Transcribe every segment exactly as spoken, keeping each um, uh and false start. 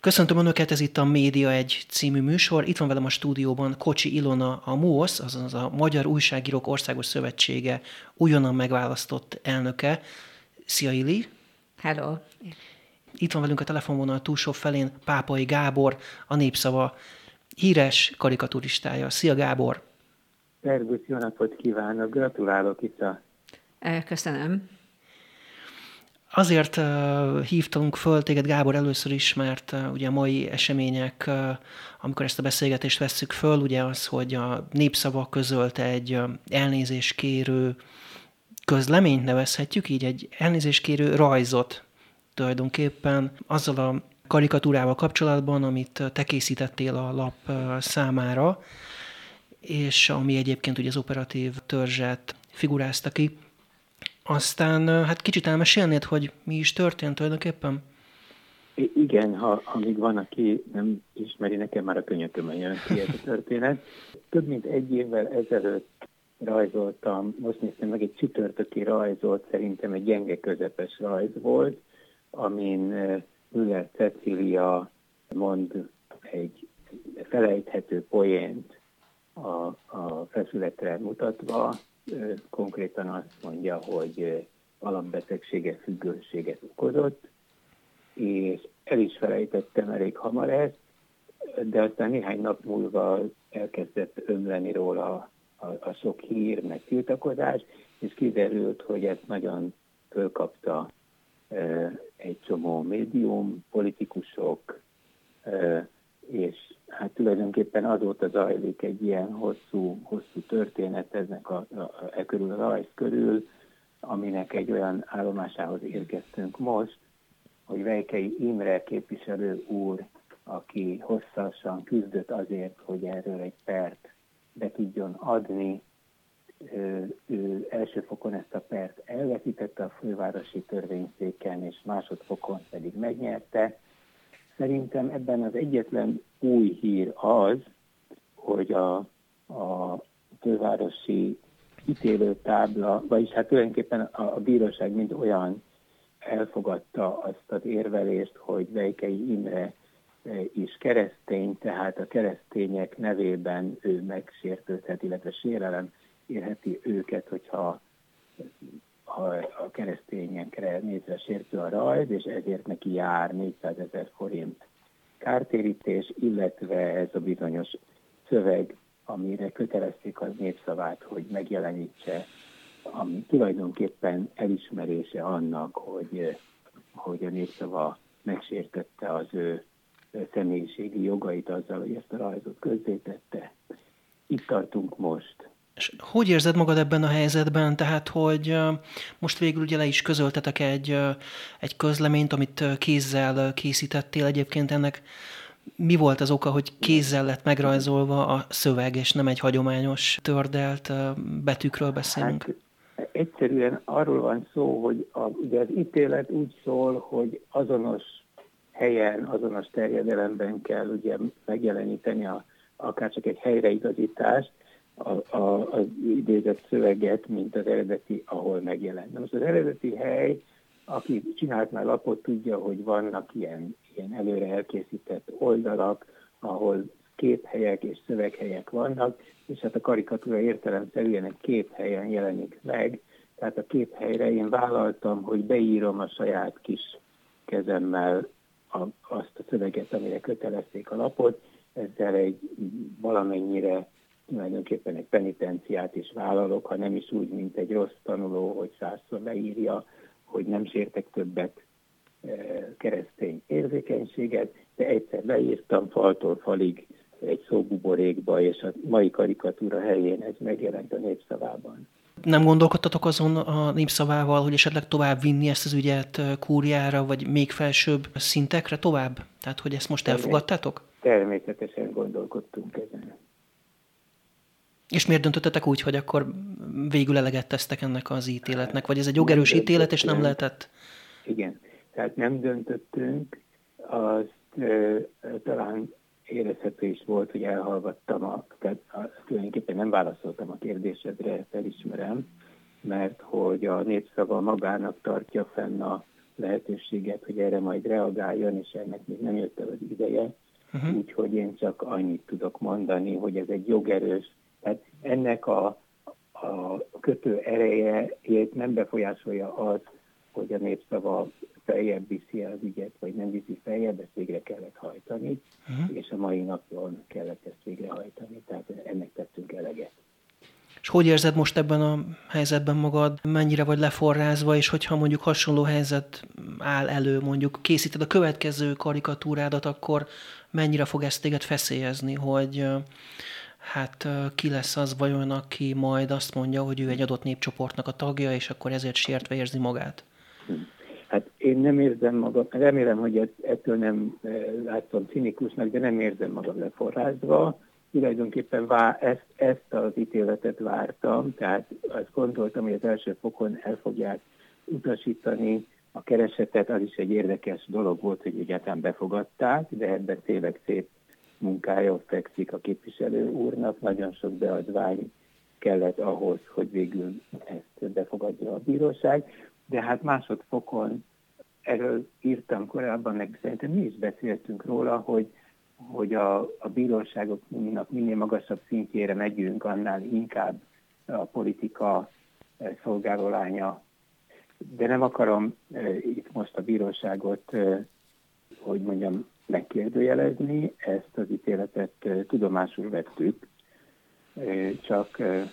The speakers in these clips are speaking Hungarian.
Köszöntöm Önöket, ez itt a Média egy című műsor. Itt van velem a stúdióban Kocsi Ilona, a MUOSZ, azaz a Magyar Újságírók Országos Szövetsége újonnan megválasztott elnöke. Szia, Ili! Hello! Itt van velünk a telefonvonal túlsó felén Pápai Gábor, a Népszava híres karikaturistája. Szia, Gábor! Szervusz, jó napot kívánok! Gratulálok itt a... Köszönöm. Azért uh, hívtunk föl téged, Gábor, először is, mert uh, ugye a mai események, uh, amikor ezt a beszélgetést vesszük föl, ugye az, hogy a Népszava közölte egy uh, elnézéskérő közleményt, nevezhetjük így, egy elnézéskérő rajzot tulajdonképpen azzal a karikatúrával kapcsolatban, amit te készítettél a lap uh, számára, és ami egyébként ugye az operatív törzset figurázta ki. Aztán hát kicsit elmesélnéd, hogy mi is történt tulajdonképpen? Igen, ha amíg van, aki nem ismeri, nekem már a könyökömön jön ki ez a történet. Több mint egy évvel ezelőtt rajzoltam, most néztem meg egy csütörtöki rajzot, szerintem egy gyenge közepes rajz volt, amin Müller Cecília mond egy felejthető poént a, a feszületre mutatva, konkrétan azt mondja, hogy alapbetegsége függőséget okozott, és el is felejtettem elég hamar ezt, de aztán néhány nap múlva elkezdett ömleni róla a, a sok hír, meg tiltakozás, és kiderült, hogy ezt nagyon fölkapta e, egy csomó médium, politikusok, e, és hát tulajdonképpen azóta zajlik egy ilyen hosszú, hosszú történet eznek a, a, a, e körül a rajz körül, aminek egy olyan állomásához érkeztünk most, hogy Vejkei Imre képviselő úr, aki hosszasan küzdött azért, hogy erről egy pert be tudjon adni, ő, ő első fokon ezt a pert elveszítette a fővárosi törvényszéken, és másodfokon pedig megnyerte. Szerintem ebben az egyetlen új hír az, hogy a, a fővárosi ítélőtábla, vagyis hát tulajdonképpen a, a bíróság mint olyan elfogadta azt az érvelést, hogy Vejkei Imre is keresztény, tehát a keresztények nevében ő megsértődhet, illetve sérelem érheti őket, hogyha ha a keresztényekre nézve sértő a rajz, és ezért neki jár négyszázezer forint kártérítés, illetve ez a bizonyos szöveg, amire kötelezték a Népszavát, hogy megjelenítse, ami tulajdonképpen elismerése annak, hogy, hogy a Népszava megsértette az ő személyiségi jogait azzal, hogy ezt a rajzot közzétette. Itt tartunk most. És hogy érzed magad ebben a helyzetben? Tehát, hogy most végül ugye le is közöltetek egy, egy közleményt, amit kézzel készítettél. Egyébként ennek mi volt az oka, hogy kézzel lett megrajzolva a szöveg, és nem egy hagyományos tördelt betűkről beszélünk? Hát, egyszerűen arról van szó, hogy a, ugye az ítélet úgy szól, hogy azonos helyen, azonos terjedelemben kell ugye megjeleníteni a, akár csak egy helyreigazítást, A, a, az idézett szöveget, mint az eredeti, ahol megjelent. Na most az eredeti hely, aki csinált már lapot, tudja, hogy vannak ilyen, ilyen előre elkészített oldalak, ahol képhelyek és szöveghelyek vannak, és hát a karikatúra értelemszerűen egy képhelyen jelenik meg. Tehát a képhelyre én vállaltam, hogy beírom a saját kis kezemmel a, azt a szöveget, amire kötelezték a lapot, ezzel egy valamennyire tulajdonképpen egy penitenciát is vállalok, ha nem is úgy, mint egy rossz tanuló, hogy százszor leírja, hogy nem sértek többet e, keresztény érzékenységet, de egyszer leírtam faltól falig egy szóbuborékba, és a mai karikatúra helyén ez megjelent a Népszavában. Nem gondolkodtatok azon a Népszavával, hogy esetleg tovább vinni ezt az ügyet kúriára, vagy még felsőbb szintekre tovább? Tehát, hogy ezt most elfogadtátok? Természetesen gondolkodtunk ezen. És miért döntöttetek úgy, hogy akkor végül eleget tesztek ennek az ítéletnek? Vagy ez egy jogerős ítélet, és nem lehetett? Igen, tehát nem döntöttünk, az ö, talán érezhető is volt, hogy elhallgattam, a, tehát a, tulajdonképpen nem válaszoltam a kérdésedre, felismerem, mert hogy a Népszava magának tartja fenn a lehetőséget, hogy erre majd reagáljon, és ennek még nem jött el az ide, ideje, uh-huh. úgyhogy én csak annyit tudok mondani, hogy ez egy jogerős, tehát ennek a, a kötő erejét nem befolyásolja az, hogy a népszava feljebb viszi az ügyet, vagy nem viszi feljebb, ezt végre kellett hajtani, uh-huh. és a mai napon kellett ezt végrehajtani, tehát ennek tettünk eleget. És hogy érzed most ebben a helyzetben magad? Mennyire vagy leforrázva, és hogyha mondjuk hasonló helyzet áll elő, mondjuk készíted a következő karikatúrádat, akkor mennyire fog ezt téged feszélyezni, hogy hát ki lesz az vajon, aki majd azt mondja, hogy ő egy adott népcsoportnak a tagja, és akkor ezért sértve érzi magát? Hát én nem érzem magam, remélem, hogy ettől nem látszom cinikusnak, de nem érzem magam leforrázva. Tulajdonképpen vá, ezt, ezt az ítéletet vártam, tehát azt gondoltam, hogy az első fokon el fogják utasítani a keresetet, az is egy érdekes dolog volt, hogy egyáltalán befogadták, de ebben tényleg szép munkája fekszik a képviselő úrnak, nagyon sok beadvány kellett ahhoz, hogy végül ezt befogadja a bíróság, de hát másodfokon erről írtam korábban, meg szerintem mi is beszéltünk róla, hogy hogy a, a bíróságoknak minél magasabb szintjére megyünk, annál inkább a politika szolgáló lánya. De nem akarom e, itt most a bíróságot, e, hogy mondjam, megkérdőjelezni, ezt az ítéletet e, tudomásul vettük, e, csak e,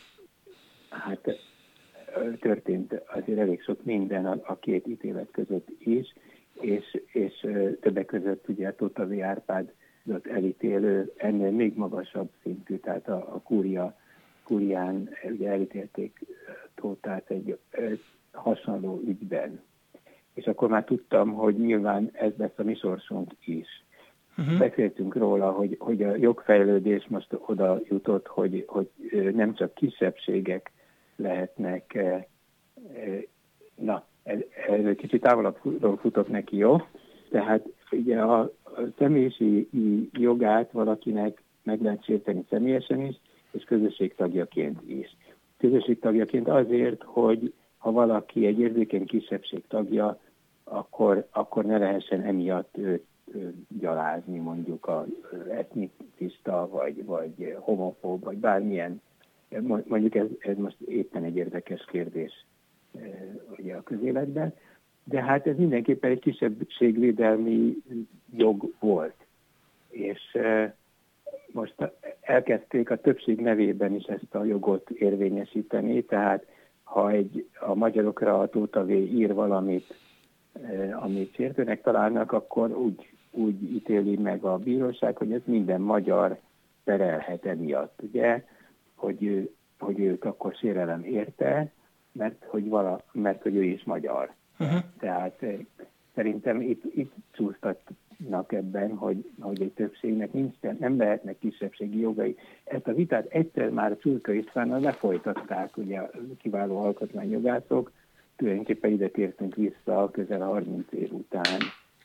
hát e, történt azért elég sok minden a, a két ítélet között is, és, és e, többek között ugye Tóth V. Árpád elítélő, ennél még magasabb szintű, tehát a, a kúria, kúrián ugye elítélték Tóthát egy egy hasonló ügyben. És akkor már tudtam, hogy nyilván ez lesz a mi sorsunk is. Uh-huh. Beszéltünk róla, hogy, hogy a jogfejlődés most oda jutott, hogy, hogy nem csak kisebbségek lehetnek, na, ez, ez kicsit távolabb futok neki, jó? Tehát ugye a, a személyiségi jogát valakinek meg lehet sérteni személyesen is, és közösségtagjaként is. Közösségtagjaként azért, hogy ha valaki egy érzékeny kisebbség tagja, akkor, akkor ne lehessen emiatt őt, őt gyalázni, mondjuk az etnicista, vagy, vagy homofób, vagy bármilyen. Mondjuk ez, ez most éppen egy érdekes kérdés ugye a közéletben. De hát ez mindenképpen egy kisebbségvédelmi jog volt. És e, most elkezdték a többség nevében is ezt a jogot érvényesíteni, tehát ha egy, a magyarokra a Tóth V. ír valamit, e, amit sértőnek találnak, akkor úgy, úgy ítéli meg a bíróság, hogy ez minden magyar perelhet emiatt, ugye, hogy, ő, hogy őt akkor sérelem érte, mert hogy, vala, mert hogy ő is magyar. Uh-huh. Tehát eh, szerintem itt, itt csúsztatnak ebben, hogy, hogy egy többségnek nincs, nem lehetnek kisebbségi jogai. Ezt a vitát egyszer már a Csurka Istvánnal lefolytatták, ugye a kiváló alkotmányjogászok, tulajdonképpen ide tértünk vissza közel harminc év után.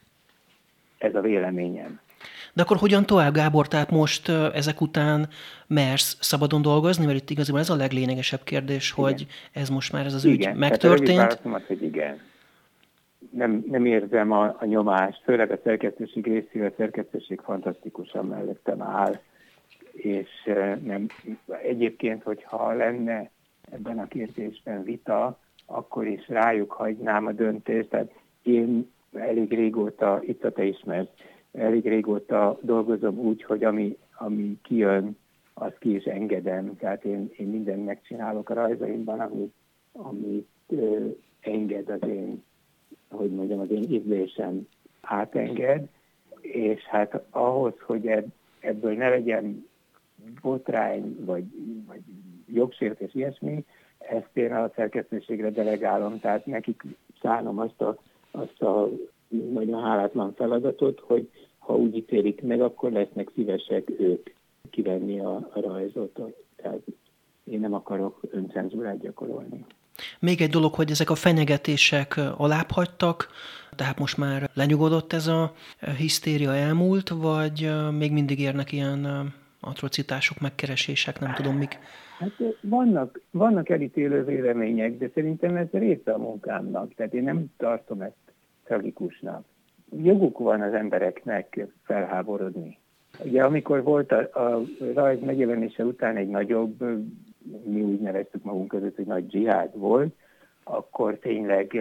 Ez a véleményem. De akkor hogyan tovább, Gábor? Tehát most ezek után mersz szabadon dolgozni? Mert itt igazából ez a leglényegesebb kérdés, igen. hogy ez most már ez az igen. ügy megtörtént. Igen, tehát hogy igen. Nem, nem érzem a, a nyomást, főleg a szerkesztőség részéről, a szerkesztőség fantasztikusan mellettem áll, és nem, egyébként, hogyha lenne ebben a kérdésben vita, akkor is rájuk hagynám a döntést. Tehát én elég régóta, itt a te ismert, elég régóta dolgozom úgy, hogy ami, ami kijön, azt ki is engedem. Tehát én, én mindent megcsinálok a rajzaimban, amit, amit ö, enged az én, hogy mondjam, az én ízlésem átenged, és hát ahhoz, hogy ebből ne legyen botrány, vagy, vagy jogsértés, ilyesmi, ezt én a szerkesztőségre delegálom, tehát nekik szánom azt a, azt a nagyon hálátlan feladatot, hogy ha úgy ítélik meg, akkor lesznek szívesek ők kivenni a, a rajzot. Tehát én nem akarok öncenzúrát gyakorolni. Még egy dolog, hogy ezek a fenyegetések alább hagytak, tehát most már lenyugodott ez a hisztéria, elmúlt, vagy még mindig érnek ilyen atrocitások, megkeresések, nem tudom mik? Hát vannak, vannak elítélő vélemények, de szerintem ez része a munkámnak, tehát én nem tartom ezt tragikusnak. joguk van az embereknek felháborodni. Ugye amikor volt a, a rajz megjelenése után egy nagyobb, mi úgy neveztük magunk között, hogy nagy dzsihád volt, akkor tényleg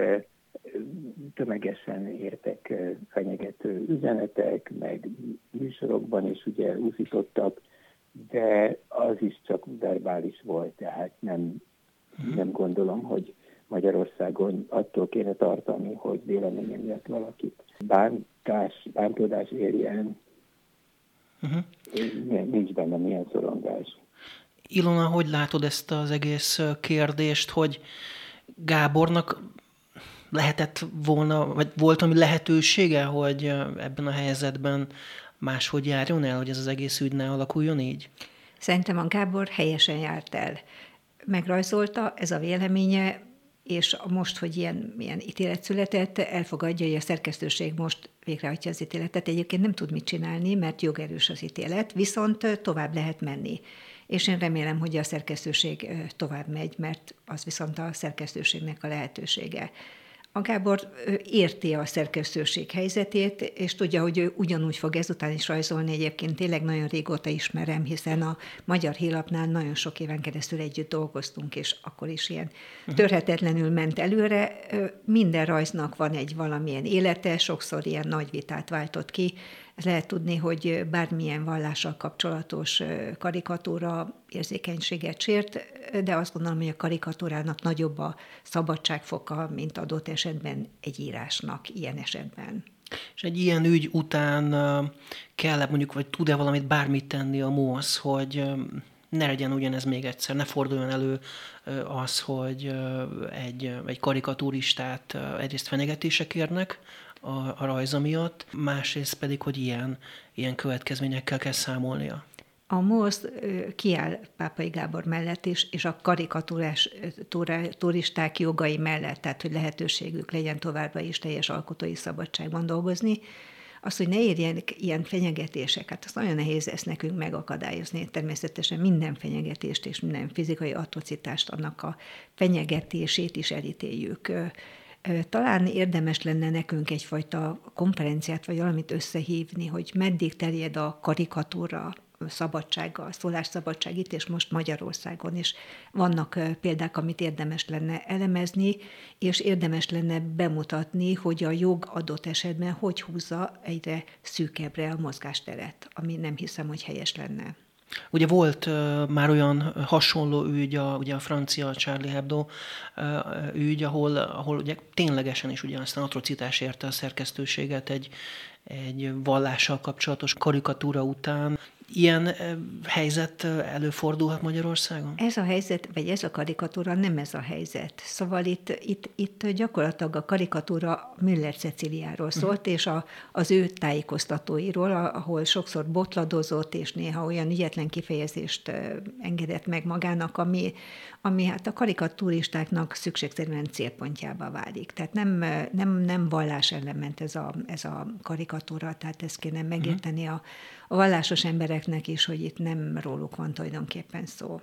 tömegesen értek fenyegető üzenetek, meg műsorokban is ugye úszítottak, de az is csak verbális volt, tehát nem, nem gondolom, hogy Magyarországon attól kéne tartani, hogy véleményem miatt valakit bántás, bántódás érjen. Uh-huh. Nincs benne milyen szorongás. Ilona, hogy látod ezt az egész kérdést, hogy Gábornak lehetett volna, vagy volt ami lehetősége, hogy ebben a helyzetben máshogy járjon el, hogy ez az egész ügy ne alakuljon így? Szerintem a Gábor helyesen járt el. Megrajzolta, ez a véleménye, és most, hogy ilyen, ilyen ítélet született, elfogadja, hogy a szerkesztőség most végrehajtja az ítéletet. Egyébként nem tud mit csinálni, mert jogerős az ítélet, viszont tovább lehet menni. És én remélem, hogy a szerkesztőség tovább megy, mert az viszont a szerkesztőségnek a lehetősége. A Gábor érti a szerkesztőség helyzetét, és tudja, hogy ő ugyanúgy fog ezután is rajzolni. Egyébként tényleg nagyon régóta ismerem, hiszen a Magyar Hírlapnál nagyon sok éven keresztül együtt dolgoztunk, és akkor is ilyen törhetetlenül ment előre. Minden rajznak van egy valamilyen élete, sokszor ilyen nagy vitát váltott ki. Lehet tudni, hogy bármilyen vallással kapcsolatos karikatúra érzékenységet sért, de azt gondolom, hogy a karikatúrának nagyobb a szabadságfoka, mint adott esetben egy írásnak ilyen esetben. És egy ilyen ügy után kell mondjuk, vagy tud-e valamit bármit tenni a MOSZ, hogy ne legyen ugyanez még egyszer, ne forduljon elő az, hogy egy, egy karikatúristát egyrészt fenyegetések érnek a, a rajza miatt, másrészt pedig, hogy ilyen, ilyen következményekkel kell számolnia. A MOSZ kiáll Pápai Gábor mellett is, és a karikatúrás turisták jogai mellett, tehát hogy lehetőségük legyen továbbra is teljes alkotói szabadságban dolgozni. Az, hogy ne érjenek ilyen fenyegetések, hát az nagyon nehéz ezt nekünk megakadályozni. Természetesen minden fenyegetést és minden fizikai atrocitást, annak a fenyegetését is elítéljük. Talán érdemes lenne nekünk egyfajta konferenciát, vagy valamit összehívni, hogy meddig terjed a karikatúra szabadsága, a szólásszabadság itt és most Magyarországon is. Vannak példák, amit érdemes lenne elemezni, és érdemes lenne bemutatni, hogy a jog adott esetben hogy húzza egyre szűkebbre a mozgásteret, ami nem hiszem, hogy helyes lenne. Ugye volt uh, már olyan hasonló ügy, a, ugye a francia Charlie Hebdo uh, ügy, ahol, ahol ugye ténylegesen is ugye aztán atrocitás érte a szerkesztőséget egy, egy vallással kapcsolatos karikatúra után. Ilyen helyzet előfordulhat Magyarországon? Ez a helyzet, vagy ez a karikatúra nem ez a helyzet. Szóval itt, itt, itt gyakorlatilag a karikatúra Müller Ceciliáról szólt, uh-huh. és a, az ő tájékoztatóiról, ahol sokszor botladozott, és néha olyan ügyetlen kifejezést engedett meg magának, ami, ami hát a karikaturistáknak szükségszerűen célpontjába válik. Tehát nem, nem, nem vallás ellen ment ez a, ez a karikatúra, tehát ezt kéne megérteni uh-huh. a, a vallásos embereknek is, hogy itt nem róluk van tulajdonképpen szó.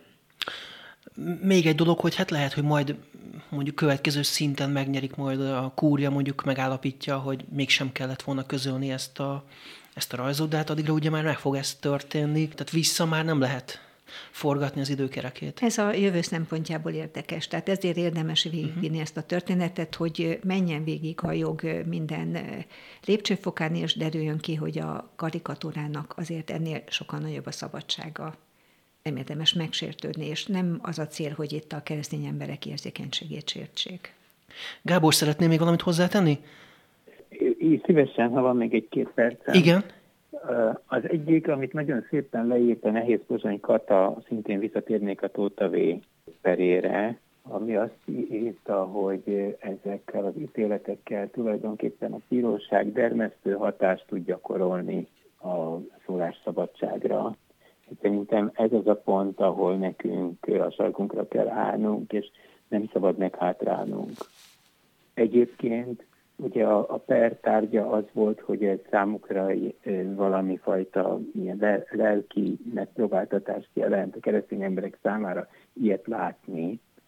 Még egy dolog, hogy hát lehet, hogy majd mondjuk következő szinten megnyerik, majd a kúria mondjuk megállapítja, hogy mégsem kellett volna közölni ezt a, ezt a rajzot, de hát addigra ugye már meg fog ez történni, tehát vissza már nem lehet forgatni az időkerekét. Ez a jövő szempontjából érdekes, tehát ezért érdemes végigvinni uh-huh. ezt a történetet, hogy menjen végig a jog minden lépcsőfokán, és derüljön ki, hogy a karikatúrának azért ennél sokkal nagyobb a szabadsága. Nem érdemes megsértődni, és nem az a cél, hogy itt a keresztény emberek érzékenységét sértsék. Gábor, szeretnél még valamit hozzátenni? Így szívesen, ha van még egy-két percem. Igen. Az egyik, amit nagyon szépen leírt a Nehéz Pozsony Kata, szintén visszatérnék a Tóta V perére, ami azt írta, hogy ezekkel az ítéletekkel tulajdonképpen a bíróság dermesztő hatást tud gyakorolni a szólásszabadságra. Szerintem ez az a pont, ahol nekünk a sarkunkra kell állnunk, és nem szabad meghátrálnunk. Egyébként ugye a, a per tárgya az volt, hogy ez számukra valami fajta ilyen lelki megpróbáltatást jelent a keresztény emberek számára ilyet látni.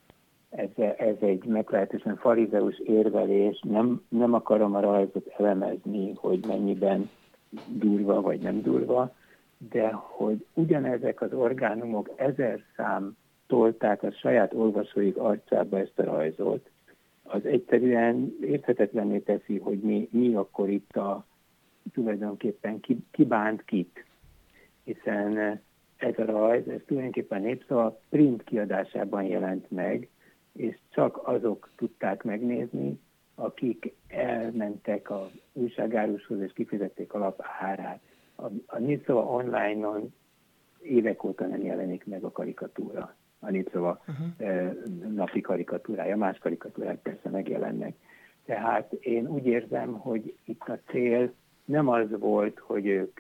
ez, ez egy meglehetősen farizeus érvelés, nem, nem akarom a rajzot elemezni, hogy mennyiben durva vagy nem durva, de hogy ugyanezek az orgánumok ezer szám tolták a saját olvasóik arcába ezt a rajzot, az egyszerűen érthetetlenné teszi, hogy mi, mi akkor itt a tulajdonképpen ki, ki bánt kit. Hiszen ez a rajz, ez tulajdonképpen Népszava print kiadásában jelent meg, és csak azok tudták megnézni, akik elmentek az újságárushoz és kifizették a lap árát. A, a Népszava online-on évek óta nem jelenik meg a karikatúra. A Népszava uh-huh. napi karikatúrája, más karikatúrák persze megjelennek. Tehát én úgy érzem, hogy itt a cél nem az volt, hogy ők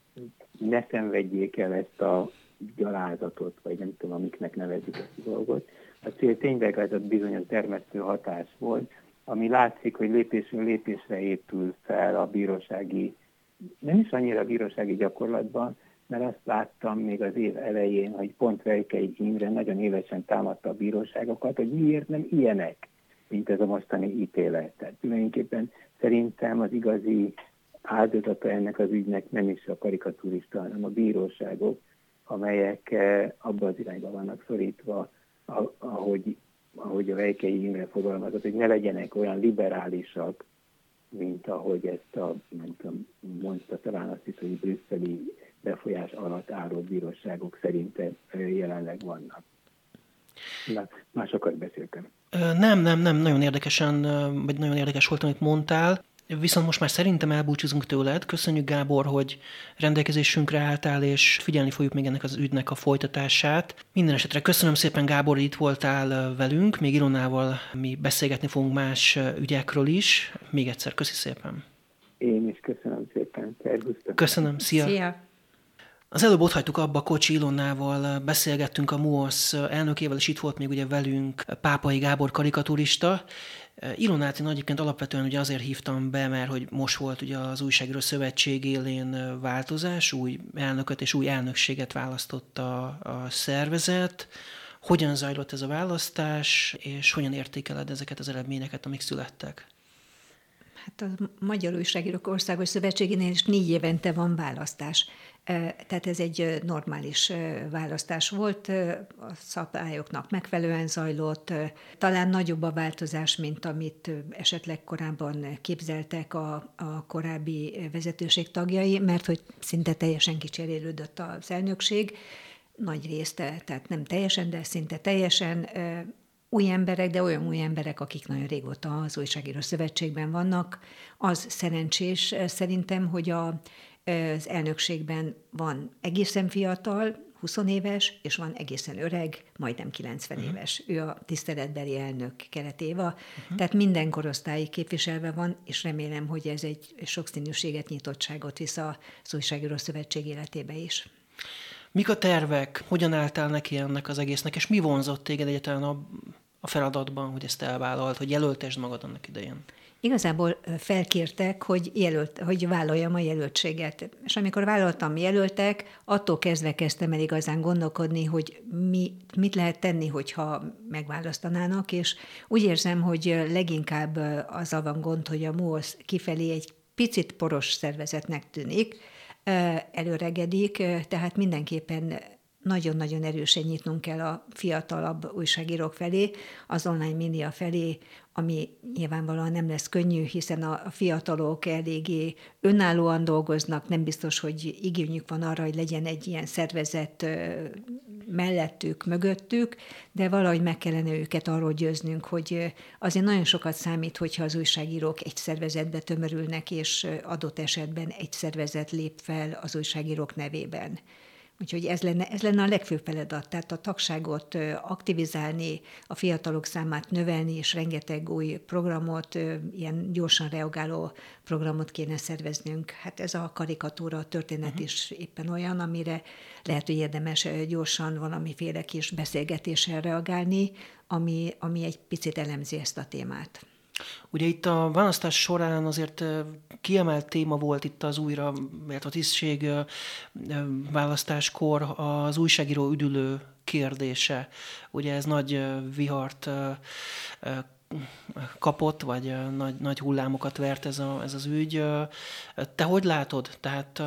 ne szenvedjék el ezt a gyalázatot, vagy nem tudom, amiknek nevezik ezt a dolgot. A cél tényleg ez a bizonyos termesztő hatás volt, ami látszik, hogy lépésről lépésre épül fel a bírósági, nem is annyira a bírósági gyakorlatban, mert azt láttam még az év elején, hogy pont Vejkei Imre nagyon élesen támadta a bíróságokat, hogy miért nem ilyenek, mint ez a mostani ítélet. Tehát tulajdonképpen szerintem az igazi áldozata ennek az ügynek nem is a karikaturista, hanem a bíróságok, amelyek abba az irányba vannak szorítva, ahogy, ahogy a Vejkei Imre fogalmazott, hogy ne legyenek olyan liberálisak, mint ahogy ezt a, nem tudom, mondta talán azt is, hogy brüsszeli befolyás alatt álló bíróságok szerint jelenleg vannak. Na, már sokat beszéltem. Nem, nem, nem, nagyon érdekesen, vagy nagyon érdekes volt, amit mondtál. Viszont most már szerintem elbúcsúzunk tőled. Köszönjük, Gábor, hogy rendelkezésünkre álltál, és figyelni fogjuk még ennek az ügynek a folytatását. Minden esetre köszönöm szépen, Gábor, hogy itt voltál velünk. Még Ilonával mi beszélgetni fogunk más ügyekről is. Még egyszer köszi szépen. Én is köszönöm szépen. Szervusztok. Köszönöm. Szia. Szia. Az előbb ott hagytuk abba, Kocsi Ilonnával beszélgettünk, a MUOSZ elnökével, és itt volt még ugye velünk Pápai Gábor karikaturista. Ilonát én egyébként alapvetően ugye azért hívtam be, mert hogy most volt ugye az Újságíró Szövetség élén változás, új elnököt és új elnökséget választott a, a szervezet. Hogyan zajlott ez a választás, és hogyan értékeled ezeket az eredményeket, amik születtek? Hát a Magyar Újságírók Országos Szövetségénél is négy évente van választás. Tehát ez egy normális választás volt, a szabályoknak megfelelően zajlott. Talán nagyobb a változás, mint amit esetleg korábban képzeltek a, a korábbi vezetőség tagjai, mert hogy szinte teljesen kicserélődött az elnökség, nagy részt, tehát nem teljesen, de szinte teljesen. Új emberek, de olyan új emberek, akik nagyon régóta az Újságíró Szövetségben vannak. Az szerencsés szerintem, hogy a, az elnökségben van egészen fiatal, húsz éves, és van egészen öreg, majdnem kilencven uh-huh. éves. Ő a tiszteletbeli elnök, Kelet Éva. Uh-huh. Tehát minden korosztályi képviselve van, és remélem, hogy ez egy sokszínűséget, nyitottságot visz az Újságíró Szövetség életébe is. Mik a tervek? Hogyan álltál neki ennek az egésznek, és mi vonzott téged egyáltalán a, a feladatban, hogy ezt elvállalt, hogy jelöltesd magad annak idején? Igazából felkértek, hogy, jelölt, hogy vállaljam a jelöltséget. És amikor vállaltam, jelöltek, attól kezdve kezdtem el igazán gondolkodni, hogy mi, mit lehet tenni, hogyha megválasztanának, és úgy érzem, hogy leginkább azzal van gond, hogy a MUOSZ kifelé egy picit poros szervezetnek tűnik, előregedik, tehát mindenképpen nagyon-nagyon erősen nyitnunk kell a fiatalabb újságírók felé, az online média felé, ami nyilvánvalóan nem lesz könnyű, hiszen a fiatalok eléggé önállóan dolgoznak, nem biztos, hogy igényük van arra, hogy legyen egy ilyen szervezet mellettük, mögöttük, de valahogy meg kellene őket arról győznünk, hogy azért nagyon sokat számít, hogyha az újságírók egy szervezetbe tömörülnek, és adott esetben egy szervezet lép fel az újságírók nevében. Úgyhogy ez lenne, ez lenne a legfőbb feladat, tehát a tagságot aktivizálni, a fiatalok számát növelni, és rengeteg új programot, ilyen gyorsan reagáló programot kéne szerveznünk. Hát ez a karikatúra történet uh-huh. is éppen olyan, amire lehet, hogy érdemes gyorsan valamiféle kis beszélgetéssel reagálni, ami, ami egy picit elemzi ezt a témát. Ugye itt a választás során azért kiemelt téma volt itt az újra, mert a tisztség választáskor az újságíró üdülő kérdése. Ugye ez nagy vihart kapott, vagy nagy, nagy hullámokat vert ez, a, ez az ügy. Te hogy látod? Tehát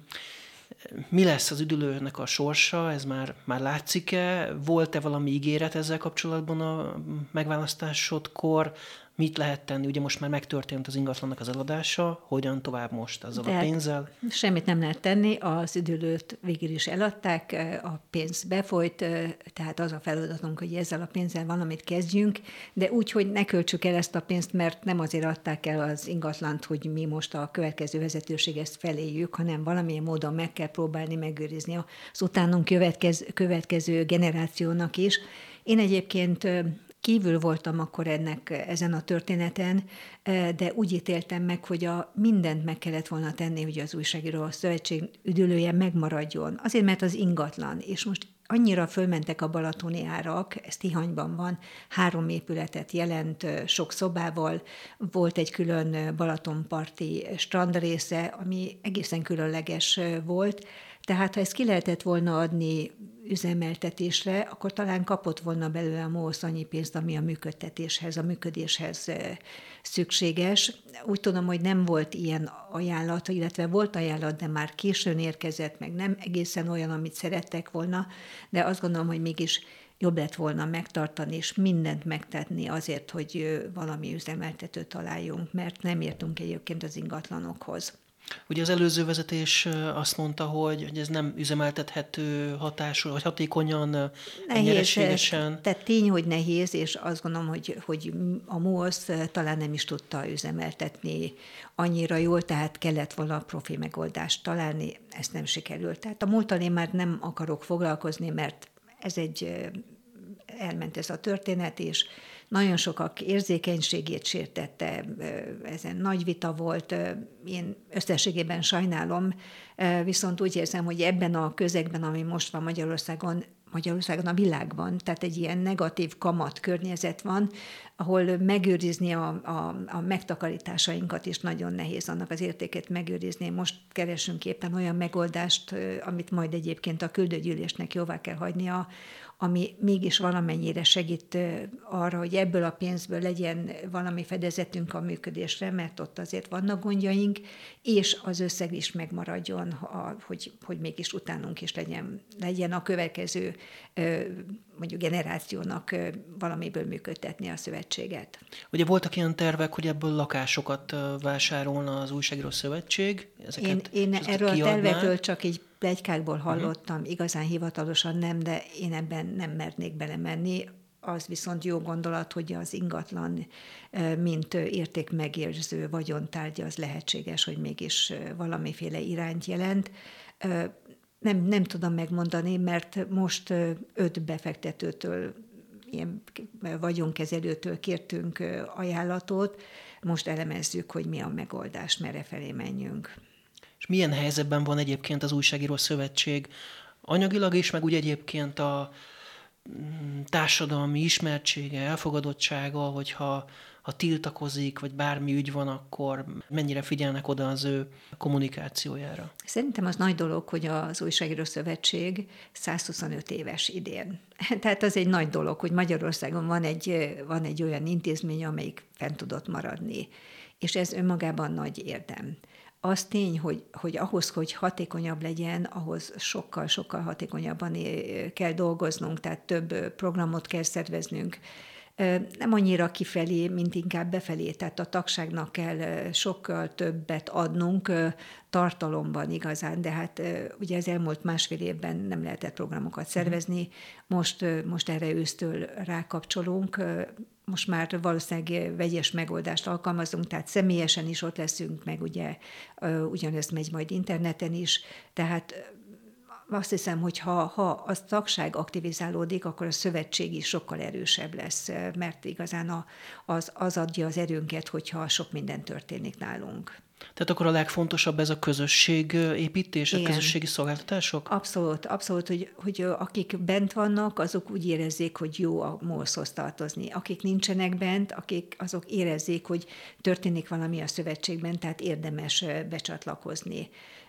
mi lesz az üdülőnek a sorsa? Ez már, már látszik-e? Volt-e valami ígéret ezzel kapcsolatban a megválasztásodkor? Mit lehet tenni? Ugye most már megtörtént az ingatlannak az eladása, hogyan tovább most azzal De a pénzzel? Semmit nem lehet tenni, az üdülőt végül is eladták, a pénz befolyt, tehát az a feladatunk, hogy ezzel a pénzzel valamit kezdjünk, de úgy, hogy ne költsük el ezt a pénzt, mert nem azért adták el az ingatlant, hogy mi most a következő vezetőség ezt feléljük, hanem valamilyen módon meg kell próbálni megőrizni az utánunk következő, következő generációnak is. Én egyébként kívül voltam akkor ennek ezen a történeten, de úgy ítéltem meg, hogy a mindent meg kellett volna tenni, hogy az Újságíró Szövetség üdülője megmaradjon. Azért, mert az ingatlan, és most annyira fölmentek a balatoni árak, ez Tihanyban van, három épületet jelent, sok szobával, volt egy külön balatonparti strandrésze, ami egészen különleges volt, tehát ha ezt ki lehetett volna adni üzemeltetésre, akkor talán kapott volna belőle a MOL annyi pénzt, ami a működtetéshez, a működéshez szükséges. Úgy tudom, hogy nem volt ilyen ajánlat, illetve volt ajánlat, de már későn érkezett, meg nem egészen olyan, amit szerettek volna, de azt gondolom, hogy mégis jobb lett volna megtartani, és mindent megtenni azért, hogy valami üzemeltetőt találjunk, mert nem értünk egyébként az ingatlanokhoz. Ugye az előző vezetés azt mondta, hogy, hogy ez nem üzemeltethető hatásul, vagy hatékonyan, nyereségesen. Tehát tény, hogy nehéz, és azt gondolom, hogy, hogy a MOLSZ talán nem is tudta üzemeltetni annyira jól, tehát kellett volna profi megoldást találni, ezt nem sikerült. Tehát a múlttal én már nem akarok foglalkozni, mert ez egy, elment ez a történet, és nagyon sokak érzékenységét sértette, ezen nagy vita volt, én összességében sajnálom, viszont úgy érzem, hogy ebben a közegben, ami most van Magyarországon, Magyarországon a világban, tehát egy ilyen negatív kamat környezet van, ahol megőrizni a, a, a megtakarításainkat is nagyon nehéz, annak az értéket megőrizni. Most keresünk éppen olyan megoldást, amit majd egyébként a küldőgyűlésnek jóvá kell hagynia, ami mégis valamennyire segít arra, hogy ebből a pénzből legyen valami fedezetünk a működésre, mert ott azért vannak gondjaink, és az összeg is megmaradjon, hogy, hogy mégis utánunk is legyen, legyen a következő mondjuk generációnak valamiből működtetni a szövetséget. Ugye voltak ilyen tervek, hogy ebből lakásokat vásárolna az Újságíró Szövetség? Ezeket én, én erről kiadná. A tervekről csak így pletykákból hallottam, uh-huh. igazán hivatalosan nem, de én ebben nem mernék belemenni. Az viszont jó gondolat, hogy az ingatlan, mint értékmegérző vagyontárgya, az lehetséges, hogy mégis valamiféle irányt jelent. Nem, nem tudom megmondani, mert most öt befektetőtől, ilyen vagyonkezelőtől kértünk ajánlatot, most elemezzük, hogy mi a megoldás, merre felé menjünk. És milyen helyzetben van egyébként az Újságíró Szövetség anyagilag is, meg úgy egyébként a társadalmi ismertsége, elfogadottsága, hogyha ha tiltakozik, vagy bármi ügy van, akkor mennyire figyelnek oda az ő kommunikációjára? Szerintem az nagy dolog, hogy az Újságíró Szövetség százhuszonöt éves idén. Tehát az egy nagy dolog, hogy Magyarországon van egy, van egy olyan intézmény, amelyik fent tudott maradni, és ez önmagában nagy érdem. Az tény, hogy, hogy ahhoz, hogy hatékonyabb legyen, ahhoz sokkal-sokkal hatékonyabban kell dolgoznunk, tehát több programot kell szerveznünk. Nem annyira kifelé, mint inkább befelé, tehát a tagságnak kell sokkal többet adnunk tartalomban igazán, de hát ugye az elmúlt másfél évben nem lehetett programokat szervezni, most, most erre ősztől rákapcsolunk, most már valószínűleg vegyes megoldást alkalmazunk, tehát személyesen is ott leszünk, meg ugye ugyanez megy majd interneten is, tehát azt hiszem, hogy ha, ha a tagság aktivizálódik, akkor a szövetség is sokkal erősebb lesz, mert igazán a, az, az adja az erőnket, hogyha sok minden történik nálunk. Tehát akkor a legfontosabb ez a közösségépítés, a közösségi szolgáltatások? Abszolút, abszolút, hogy, hogy akik bent vannak, azok úgy érezzék, hogy jó a MOLSZ-hoz tartozni. Akik nincsenek bent, akik azok érezzék, hogy történik valami a szövetségben, tehát érdemes becsatlakozni.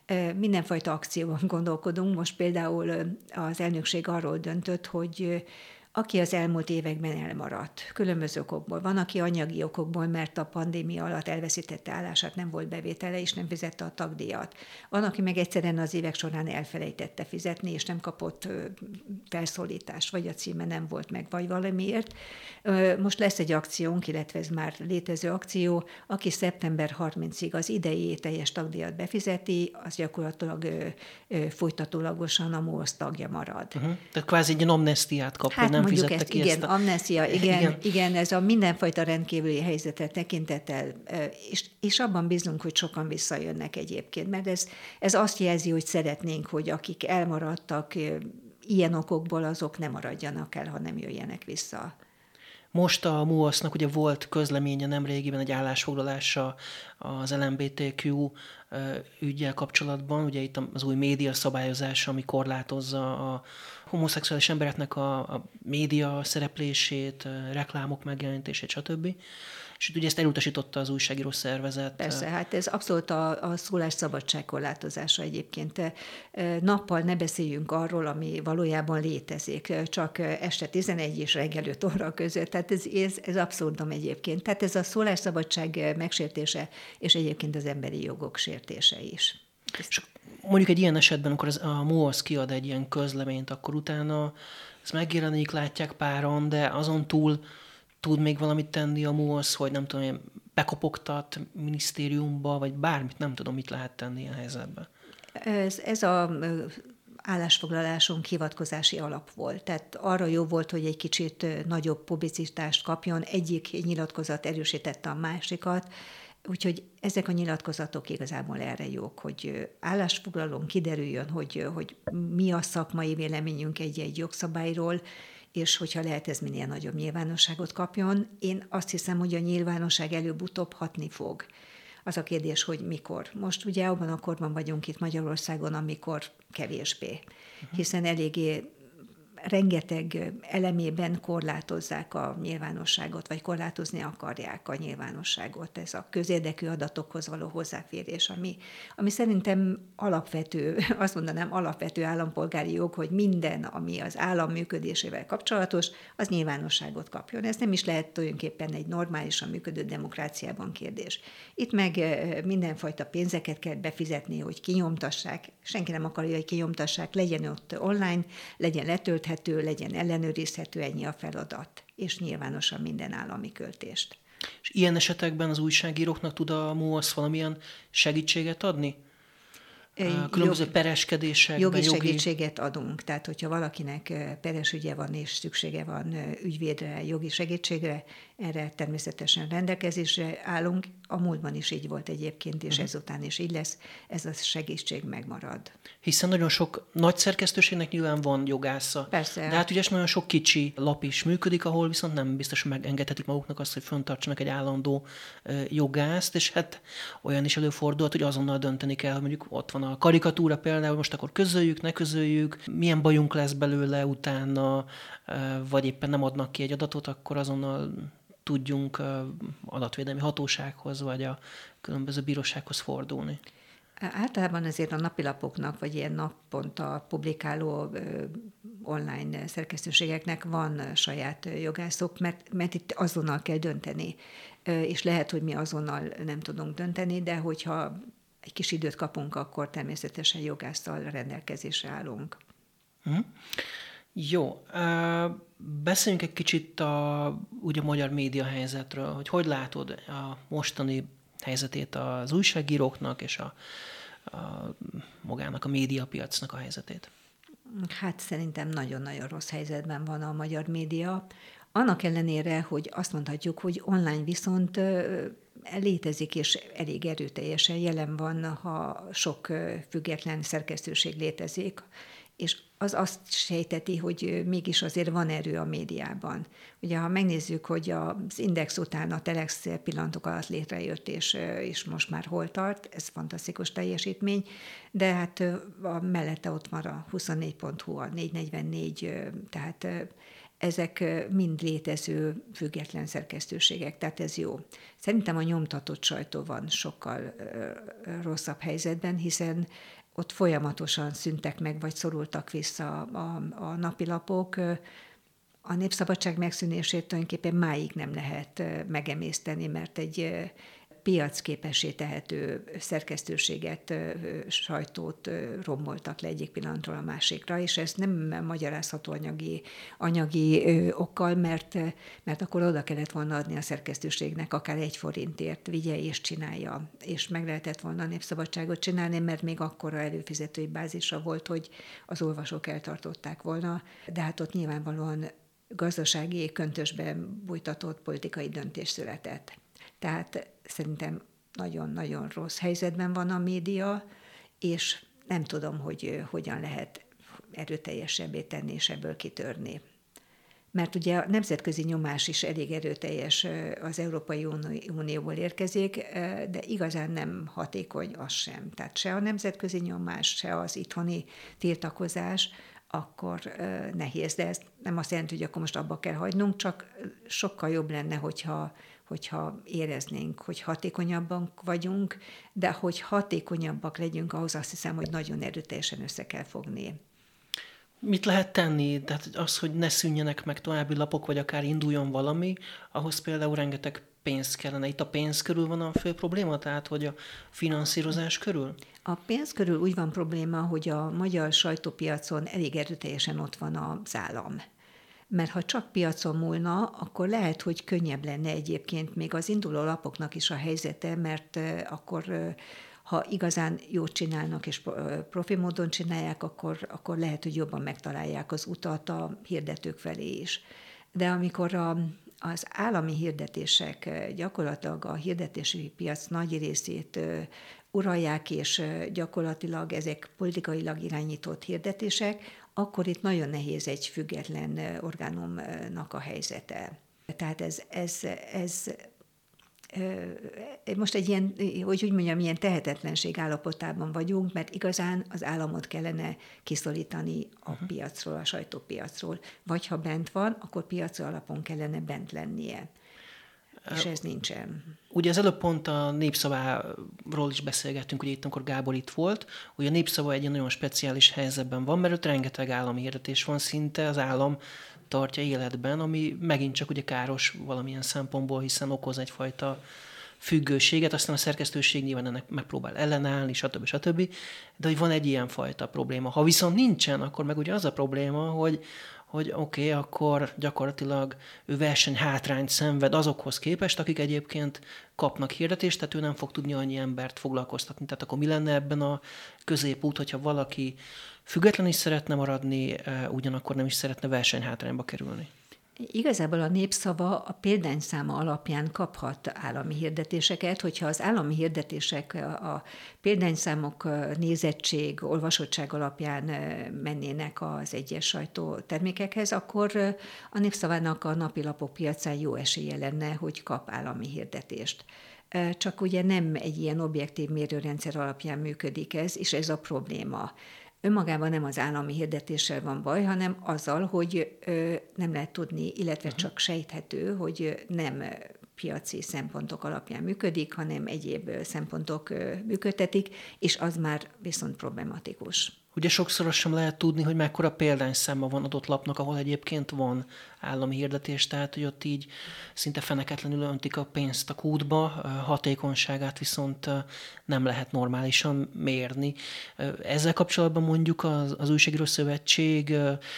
Mindenfajta akcióban gondolkodunk. Most például az elnökség arról döntött, hogy aki az elmúlt években elmaradt, különböző okokból. Van, aki anyagi okokból, mert a pandémia alatt elveszítette állását, nem volt bevétele, és nem fizette a tagdíjat. Van, aki meg egyszerűen az évek során elfelejtette fizetni, és nem kapott felszólítást, vagy a címe nem volt meg, vagy valamiért. Most lesz egy akciónk, illetve ez már létező akció, aki szeptember harmincadikáig az idei teljes tagdíjat befizeti, az gyakorlatilag folytatólagosan a MOSZ tagja marad. Uh-huh. Tehát kvázi egy amnesztiát kap, hát, nem mondjuk ezt, ki igen, ezt a... amnestia, igen, igen. igen, ez a mindenfajta rendkívüli helyzetre tekintettel, és, és abban bízunk, hogy sokan visszajönnek egyébként, mert ez, ez azt jelzi, hogy szeretnénk, hogy akik elmaradtak ilyen okokból, azok nem maradjanak el, ha nem jöjjenek vissza. Most a MUOSZ-nak ugye volt közleménye nemrégiben egy állásfoglalása az el em bé té kú üggyel kapcsolatban, ugye itt az új média szabályozása, ami korlátozza a homoszexuális embereknek a, a média szereplését, reklámok megjelenítését, stb. És ugye ezt elutasította az újságíró szervezet. Persze, hát ez abszolút a, a szólásszabadság korlátozása egyébként. Nappal ne beszéljünk arról, ami valójában létezik, csak este tizenegy és reggel öt óra között. Tehát ez, ez, ez abszurdum egyébként. Tehát ez a szólásszabadság megsértése, és egyébként az emberi jogok sértése is. És mondjuk egy ilyen esetben, amikor az, a MUOSZ kiad egy ilyen közleményt, akkor utána ez megjelenik, látják páran, de azon túl tud még valamit tenni a MUOSZ, hogy nem tudom, bekopogtat minisztériumba, vagy bármit, nem tudom, mit lehet tenni ilyen helyzetben. Ez, ez a állásfoglalásunk hivatkozási alap volt. Tehát arra jó volt, hogy egy kicsit nagyobb publicitást kapjon, egyik nyilatkozat erősítette a másikat, úgyhogy ezek a nyilatkozatok igazából erre jók, hogy állásfoglalón kiderüljön, hogy, hogy mi a szakmai véleményünk egy-egy jogszabályról, és hogyha lehet, ez minél nagyobb nyilvánosságot kapjon. Én azt hiszem, hogy a nyilvánosság előbb-utóbb hatni fog. Az a kérdés, hogy mikor. Most ugye abban a korban vagyunk itt Magyarországon, amikor kevésbé, hiszen eléggé rengeteg elemében korlátozzák a nyilvánosságot, vagy korlátozni akarják a nyilvánosságot. Ez a közérdekű adatokhoz való hozzáférés, ami, ami szerintem alapvető, azt mondanám, alapvető állampolgári jog, hogy minden, ami az állam működésével kapcsolatos, az nyilvánosságot kapjon. Ez nem is lehet tulajdonképpen egy normálisan működő demokráciában kérdés. Itt meg mindenfajta pénzeket kell befizetni, hogy kinyomtassák. Senki nem akarja, hogy kinyomtassák, legyen ott online, legyen letölthető, legyen ellenőrizhető, ennyi a feladat, és nyilvánosan minden állami költést. És ilyen esetekben az újságíróknak tud a MUOSZ valamilyen segítséget adni? Különböző Jog, pereskedésekben, jogi, jogi segítséget adunk. Tehát, hogyha valakinek peres ügye van, és szüksége van ügyvédre, jogi segítségre, erre természetesen rendelkezésre állunk. A múltban is így volt egyébként, és uh-huh. ezután is így lesz. Ez a segítség megmarad. Hiszen nagyon sok nagy szerkesztőségnek nyilván van jogásza. Persze. De hát ugye nagyon sok kicsi lap is működik, ahol viszont nem biztos, hogy megengedhetik maguknak azt, hogy fenntartsanak egy állandó jogászt, és hát olyan is előfordulhat, hogy azonnal dönteni kell, hogy mondjuk ott van a karikatúra például, most akkor közöljük, ne közöljük, milyen bajunk lesz belőle utána, vagy éppen nem adnak ki egy adatot, akkor azonnal tudjunk adatvédelmi hatósághoz, vagy a különböző bírósághoz fordulni. Általában azért a napilapoknak, vagy ilyen naponta publikáló online szerkesztőségeknek van saját jogászok, mert, mert itt azonnal kell dönteni. És lehet, hogy mi azonnal nem tudunk dönteni, de hogyha egy kis időt kapunk, akkor természetesen jogásszal rendelkezésre állunk. Uh-huh. Jó. Beszéljünk egy kicsit a, ugye, a magyar média helyzetről, hogy hogy látod a mostani helyzetét az újságíróknak és a, a magának a médiapiacnak a helyzetét? Hát szerintem nagyon-nagyon rossz helyzetben van a magyar média. Annak ellenére, hogy azt mondhatjuk, hogy online viszont létezik, és elég erőteljesen jelen van, ha sok független szerkesztőség létezik, és az azt sejteti, hogy mégis azért van erő a médiában. Ugye, ha megnézzük, hogy az Index után a Telex pillanatok alatt létrejött, és, és most már hol tart, ez fantasztikus teljesítmény, de hát a mellette ott van a huszonnégy pont hu, a négy negyvennégy, tehát ezek mind létező független szerkesztőségek, tehát ez jó. Szerintem a nyomtatott sajtó van sokkal rosszabb helyzetben, hiszen ott folyamatosan szűntek meg, vagy szorultak vissza a, a napilapok. A Népszabadság megszűnését tulajdonképpen máig nem lehet megemészteni, mert egy piacképessé tehető szerkesztőséget, sajtót romboltak le egyik pillanatról a másikra, és ez nem magyarázható anyagi, anyagi okkal, mert, mert akkor oda kellett volna adni a szerkesztőségnek akár egy forintért, vigye és csinálja, és meg lehetett volna a Népszabadságot csinálni, mert még akkora előfizetői bázisa volt, hogy az olvasók eltartották volna, de hát ott nyilvánvalóan gazdasági köntösben bújtatott politikai döntés született. Tehát szerintem nagyon-nagyon rossz helyzetben van a média, és nem tudom, hogy hogyan lehet erőteljesebbé tenni és ebből kitörni. Mert ugye a nemzetközi nyomás is elég erőteljes az Európai Unióból érkezik, de igazán nem hatékony az sem. Tehát se a nemzetközi nyomás, se az itthoni tiltakozás, akkor nehéz. De ez nem azt jelenti, hogy akkor most abba kell hagynunk, csak sokkal jobb lenne, hogyha hogyha éreznénk, hogy hatékonyabbak vagyunk, de hogy hatékonyabbak legyünk, ahhoz azt hiszem, hogy nagyon erőteljesen össze kell fogni. Mit lehet tenni? Tehát az, hogy ne szűnjenek meg további lapok, vagy akár induljon valami, ahhoz például rengeteg pénz kellene. Itt a pénz körül van a fő probléma, tehát hogy a finanszírozás körül? A pénz körül úgy van probléma, hogy a magyar sajtópiacon elég erőteljesen ott van az állam. Mert ha csak piacon múlna, akkor lehet, hogy könnyebb lenne egyébként még az induló lapoknak is a helyzete, mert akkor, ha igazán jót csinálnak és profi módon csinálják, akkor, akkor lehet, hogy jobban megtalálják az utat a hirdetők felé is. De amikor a, az állami hirdetések gyakorlatilag a hirdetési piac nagy részét uralják, és gyakorlatilag ezek politikailag irányított hirdetések, akkor itt nagyon nehéz egy független orgánumnak a helyzete. Tehát ez, ez, ez most egy ilyen, hogy úgy mondjam, ilyen tehetetlenség állapotában vagyunk, mert igazán az államot kellene kiszorítani a uh-huh. piacról, a sajtópiacról. Vagy ha bent van, akkor piaci alapon kellene bent lennie. És ez nincsen. Ugye az előbb pont a Népszaváról is beszélgettünk, ugye itt, amikor Gábor itt volt, hogy a Népszava egy nagyon speciális helyzetben van, mert ott rengeteg állami hirdetés van, szinte az állam tartja életben, ami megint csak ugye káros valamilyen szempontból, hiszen okoz egyfajta függőséget, aztán a szerkesztőség nyilván ennek megpróbál ellenállni, stb. stb. De hogy van egy ilyen fajta probléma. Ha viszont nincsen, akkor meg ugye az a probléma, hogy hogy oké, okay, akkor gyakorlatilag ő versenyhátrányt szenved azokhoz képest, akik egyébként kapnak hirdetést, tehát ő nem fog tudni annyi embert foglalkoztatni. Tehát akkor mi lenne ebben a középút, hogyha valaki független is szeretne maradni, ugyanakkor nem is szeretne versenyhátrányba kerülni? Igazából a Népszava a példányszáma alapján kaphat állami hirdetéseket, hogyha az állami hirdetések a példányszámok, nézettség, olvasottság alapján mennének az egyes sajtótermékekhez, akkor a Népszavának a napilapok piacán jó esélye lenne, hogy kap állami hirdetést. Csak ugye nem egy ilyen objektív mérőrendszer alapján működik ez, és ez a probléma. Önmagában nem az állami hirdetéssel van baj, hanem azzal, hogy nem lehet tudni, illetve csak sejthető, hogy nem piaci szempontok alapján működik, hanem egyéb szempontok működtetik, és az már viszont problematikus. Ugye sokszor azt sem lehet tudni, hogy mekkora példányszáma van adott lapnak, ahol egyébként van állami hirdetés, tehát hogy ott így szinte feneketlenül öntik a pénzt a kútba, hatékonyságát viszont nem lehet normálisan mérni. Ezzel kapcsolatban mondjuk az, az Újságíró Szövetség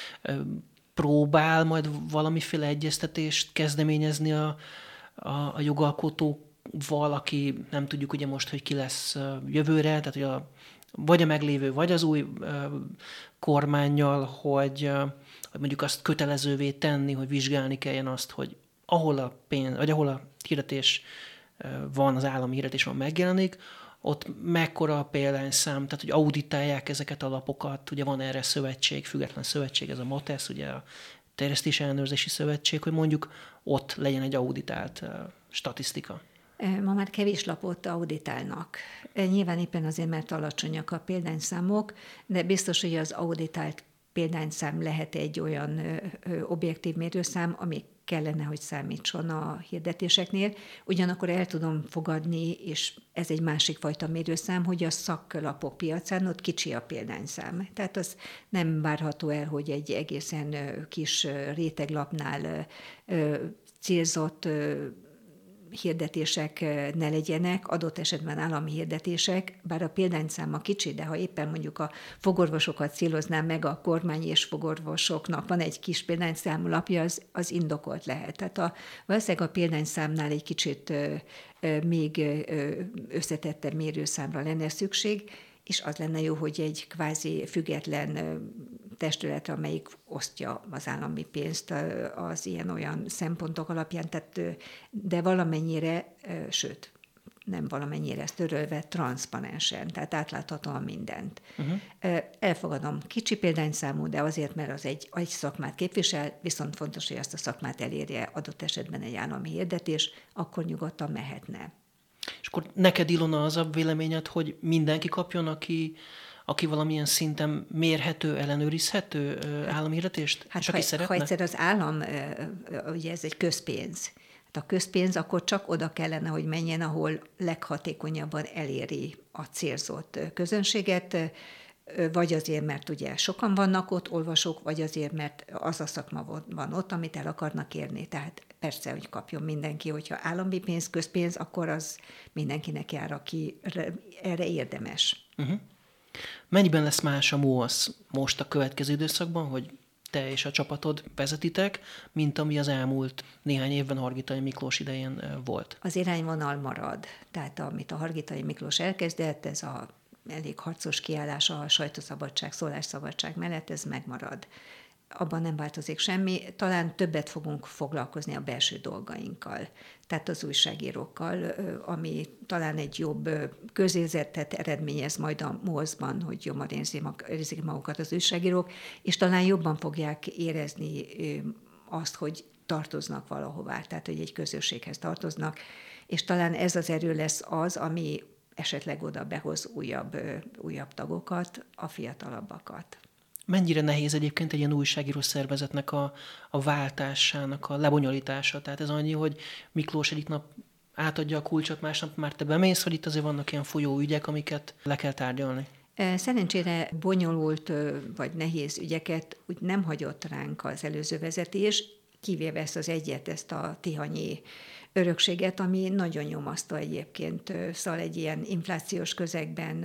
próbál majd valamiféle egyeztetést kezdeményezni a, a, a jogalkotóval, aki nem tudjuk ugye most, hogy ki lesz jövőre, tehát hogy a vagy a meglévő, vagy az új uh, kormánnyal, hogy, uh, hogy mondjuk azt kötelezővé tenni, hogy vizsgálni kelljen azt, hogy ahol a pénz, vagy ahol a hirdetés uh, van, az állami hirdetés van megjelenik, ott mekkora a példányszám, tehát hogy auditálják ezeket a lapokat, ugye van erre szövetség, független szövetség, ez a MATESZ, ugye a Terjesztési Ellenőrzési Szövetség, hogy mondjuk ott legyen egy auditált uh, statisztika. Ma már kevés lapot auditálnak. Nyilván éppen azért, mert alacsonyak a példányszámok, de biztos, hogy az auditált példányszám lehet egy olyan objektív mérőszám, ami kellene, hogy számítson a hirdetéseknél. Ugyanakkor el tudom fogadni, és ez egy másik fajta mérőszám, hogy a szaklapok piacán ott kicsi a példányszám. Tehát az nem várható el, hogy egy egészen kis réteglapnál célzott hirdetések ne legyenek, adott esetben állami hirdetések, bár a példányszáma kicsi, de ha éppen mondjuk a fogorvosokat céloznám meg, a kormány és fogorvosoknak van egy kis példányszámú lapja, az, az indokolt lehet. Tehát a, valószínűleg a példányszámnál egy kicsit ö, ö, még ö, összetettebb mérőszámra lenne szükség, és az lenne jó, hogy egy kvázi független testületre, amelyik osztja az állami pénzt az ilyen-olyan szempontok alapján, tehát, de valamennyire, sőt, nem valamennyire ezt törölve, transzparensen, tehát átláthatóan mindent. Uh-huh. Elfogadom, kicsi példányszámú, de azért, mert az egy, egy szakmát képvisel, viszont fontos, hogy azt a szakmát elérje adott esetben egy állami hirdetés, akkor nyugodtan mehetne. És akkor neked, Ilona, az a véleményed, hogy mindenki kapjon, aki, aki valamilyen szinten mérhető, ellenőrizhető állami hirdetést? Hát és aki ha, szeretne? ha egyszer az állam, ugye ez egy közpénz, hát a közpénz akkor csak oda kellene, hogy menjen, ahol leghatékonyabban eléri a célzott közönséget, vagy azért, mert ugye sokan vannak ott, olvasók, vagy azért, mert az a szakma van ott, amit el akarnak érni. Tehát persze, hogy kapjon mindenki, hogyha állami pénz, közpénz, akkor az mindenkinek jár, aki erre érdemes. Uh-huh. Mennyiben lesz más a MOASZ most a következő időszakban, hogy te és a csapatod vezetitek, mint ami az elmúlt néhány évben Hargitai Miklós idején volt? Az irányvonal marad. Tehát amit a Hargitai Miklós elkezdett, ez a elég harcos kiállás a sajtószabadság, szólásszabadság mellett, ez megmarad. Abban nem változik semmi, talán többet fogunk foglalkozni a belső dolgainkkal, tehát az újságírókkal, ami talán egy jobb közérzetet eredményez majd a MOASZ-ban, hogy jobban érzik magukat az újságírók, és talán jobban fogják érezni azt, hogy tartoznak valahová, tehát hogy egy közösséghez tartoznak, és talán ez az erő lesz az, ami esetleg oda behoz újabb, újabb tagokat, a fiatalabbakat. Mennyire nehéz egyébként egy ilyen újságíró szervezetnek a, a váltásának a lebonyolítása? Tehát ez annyi, hogy Miklós egyik nap átadja a kulcsot, másnap már te bemész, hogy itt azért vannak ilyen folyó ügyek, amiket le kell tárgyalni? Szerencsére bonyolult vagy nehéz ügyeket úgy nem hagyott ránk az előző vezetés, kivéve ezt az egyet, ezt a tihanyi örökséget, ami nagyon nyomasztó egyébként. Szóval egy ilyen inflációs közegben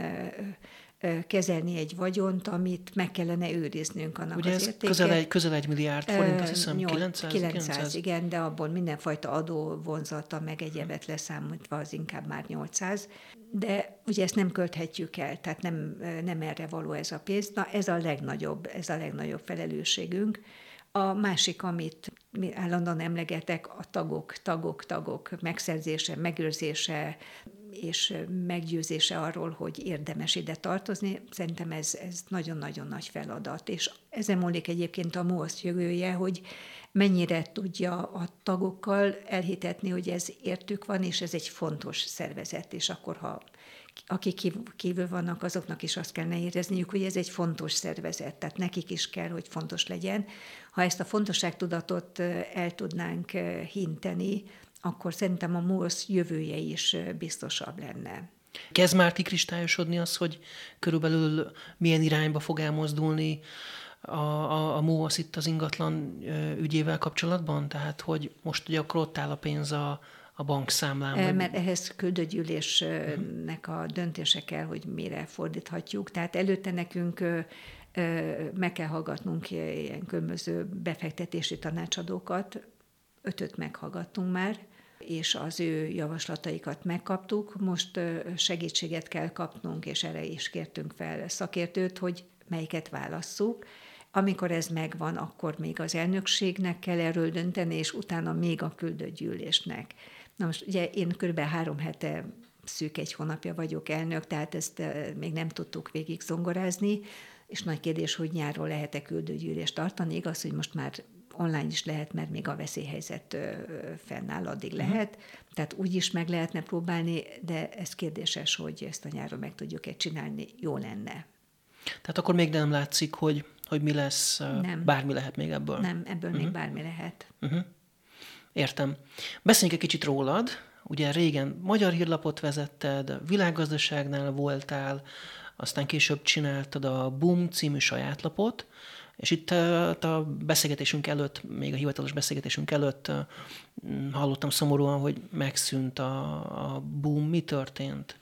kezelni egy vagyont, amit meg kellene őriznünk annak ugye az ez értéke. Közel egy, közel egy milliárd forint, azt hiszem, kilencszáz, kilencszáz, igen, de abból mindenfajta adó vonzata, meg egyebet leszámítva az inkább már nyolcszáz. De ugye ezt nem költhetjük el, tehát nem, nem erre való ez a pénz. Na, ez a legnagyobb, ez a legnagyobb felelősségünk. A másik, amit állandóan emlegetek, a tagok, tagok, tagok megszerzése, megőrzése és meggyőzése arról, hogy érdemes ide tartozni. Szerintem ez, ez nagyon-nagyon nagy feladat, és ezen múlik egyébként a MOASZ jövője, hogy mennyire tudja a tagokkal elhitetni, hogy ez értük van, és ez egy fontos szervezet, és akkor, ha akik kívül vannak, azoknak is azt kellene érezniük, hogy ez egy fontos szervezet, tehát nekik is kell, hogy fontos legyen. Ha ezt a fontosságtudatot el tudnánk hinteni, akkor szerintem a MOASZ jövője is biztosabb lenne. Kezd már kikristályosodni az, hogy körülbelül milyen irányba fog elmozdulni a, a, a MOASZ itt az ingatlan ügyével kapcsolatban? Tehát, hogy most ugye akkor ott áll a pénz a a bankszámlán. Mert ehhez küldőgyűlésnek a döntése kell, hogy mire fordíthatjuk. Tehát előtte nekünk meg kell hallgatnunk ilyen különböző befektetési tanácsadókat, ötöt meghallgattunk már, és az ő javaslataikat megkaptuk. Most segítséget kell kapnunk, és erre is kértünk fel szakértőt, hogy melyiket válasszuk. Amikor ez megvan, akkor még az elnökségnek kell erről dönteni, és utána még a küldőgyűlésnek. Na most ugye én körülbelül három hete, szűk egy hónapja vagyok elnök, tehát ezt még nem tudtuk végig zongorázni, és nagy kérdés, hogy nyáron lehet-e küldőgyűlést tartani. Igaz, hogy most már online is lehet, mert még a veszélyhelyzet fennáll, addig lehet. Tehát úgy is meg lehetne próbálni, de ez kérdéses, hogy ezt a nyáron meg tudjuk-e csinálni, jó lenne. Tehát akkor még nem látszik, hogy, hogy mi lesz, nem. Bármi lehet még ebből. Nem, ebből uh-huh. még bármi lehet. Uh-huh. Értem. Beszéljünk egy kicsit rólad. Ugye régen Magyar Hírlapot vezetted, Világgazdaságnál voltál, aztán később csináltad a BUM című sajátlapot, és itt a beszélgetésünk előtt, még a hivatalos beszélgetésünk előtt hallottam szomorúan, hogy megszűnt a, a BUM. Mi történt?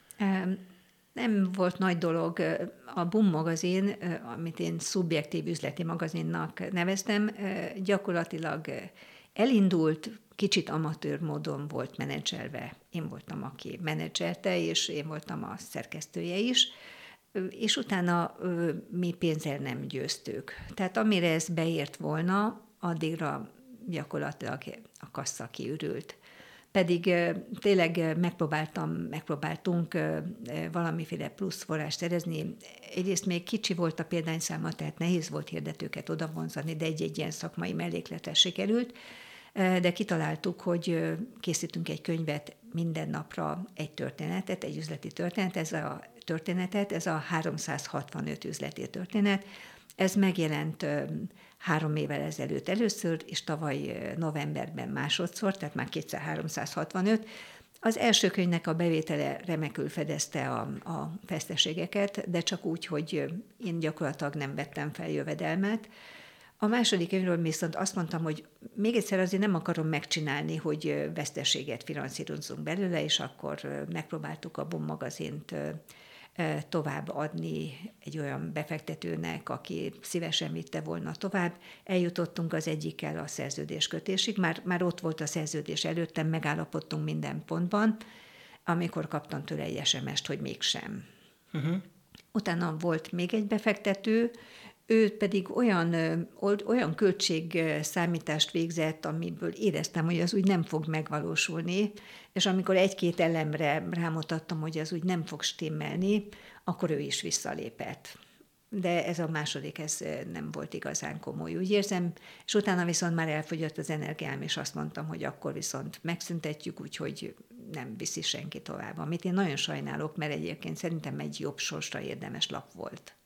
Nem volt nagy dolog. A BUM magazin, amit én szubjektív üzleti magazinnak neveztem, gyakorlatilag elindult, kicsit amatőr módon volt menedzselve. Én voltam, aki menedzselte, és én voltam a szerkesztője is, és utána mi pénzzel nem győztük. Tehát amire ez beért volna, addigra gyakorlatilag a kassa kiürült. Pedig tényleg megpróbáltam, megpróbáltunk valamiféle plusz forrást szerezni. Egyrészt még kicsi volt a példányszáma, tehát nehéz volt hirdetőket odavonzani, de egy-egy ilyen szakmai mellékletre sikerült. De kitaláltuk, hogy készítünk egy könyvet minden napra, egy történetet, egy üzleti történet, ez a történetet, ez a háromszázhatvanöt üzleti történet. Ez megjelent három évvel ezelőtt először, és tavaly novemberben másodszor, tehát már kétszer háromszázhatvanöt. Az első könyvnek a bevétele remekül fedezte a, a veszteségeket, de csak úgy, hogy én gyakorlatilag nem vettem fel jövedelmet. A második könyvről viszont azt mondtam, hogy még egyszer azért nem akarom megcsinálni, hogy veszteséget finanszírozzunk belőle, és akkor megpróbáltuk a BUM magazint tovább adni egy olyan befektetőnek, aki szívesen vitte volna tovább. Eljutottunk az egyikkel a szerződéskötésig, már, már ott volt a szerződés előttem, megállapodtunk minden pontban, amikor kaptam tőle egy es em est, hogy mégsem. Uh-huh. Utána volt még egy befektető, ő pedig olyan, olyan költségszámítást végzett, amiből éreztem, hogy az úgy nem fog megvalósulni, és amikor egy-két elemre rámutattam, hogy az úgy nem fog stimmelni, akkor ő is visszalépett. De ez a második, ez nem volt igazán komoly, úgy érzem, és utána viszont már elfogyott az energiám, és azt mondtam, hogy akkor viszont megszüntetjük, úgyhogy nem viszi senki tovább. Amit én nagyon sajnálok, mert egyébként szerintem egy jobb sorsra érdemes lap volt.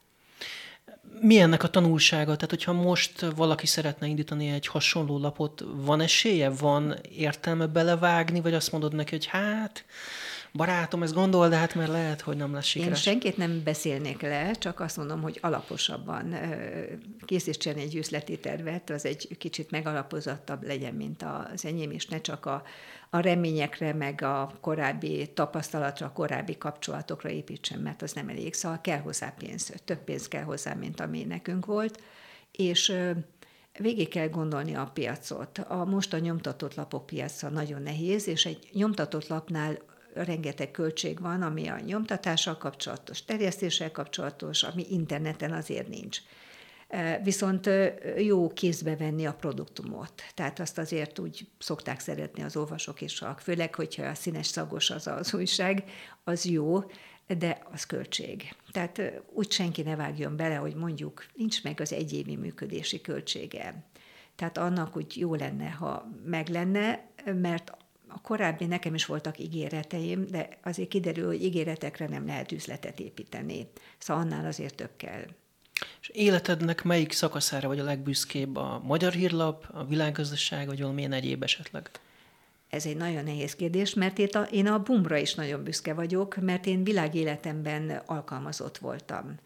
Mi ennek a tanulsága? Tehát, hogyha most valaki szeretne indítani egy hasonló lapot, van esélye, van értelme belevágni, vagy azt mondod neki, hogy hát, barátom, ezt gondol, de hát mert lehet, hogy nem lesz sikeres. Én senkit nem beszélnék le, csak azt mondom, hogy alaposabban készítsen egy üzleti tervet, az egy kicsit megalapozottabb legyen, mint az enyém, és ne csak a, a reményekre, meg a korábbi tapasztalatra, a korábbi kapcsolatokra építsen, mert az nem elég. Szóval kell hozzá pénz, több pénz kell hozzá, mint ami nekünk volt, és végig kell gondolni a piacot. A most a nyomtatott lapok piaca nagyon nehéz, és egy nyomtatott lapnál rengeteg költség van, ami a nyomtatással kapcsolatos, terjesztéssel kapcsolatos, ami interneten azért nincs. Viszont jó kézbe venni a produktumot. Tehát azt azért úgy szokták szeretni az olvasók is, főleg, hogyha a színes szagos az az újság, az jó, de az költség. Tehát úgy senki ne vágjon bele, hogy mondjuk nincs meg az egyévi működési költsége. Tehát annak úgy jó lenne, ha meg lenne, mert a korábbi nekem is voltak ígéreteim, de azért kiderül, hogy ígéretekre nem lehet üzletet építeni. Szóval annál azért több kell. És életednek melyik szakaszára vagy a legbüszkébb? A Magyar Hírlap, a Világgazdaság, vagy valamilyen egyéb esetleg? Ez egy nagyon nehéz kérdés, mert én a, én a BUM-ra is nagyon büszke vagyok, mert én világéletemben alkalmazott voltam.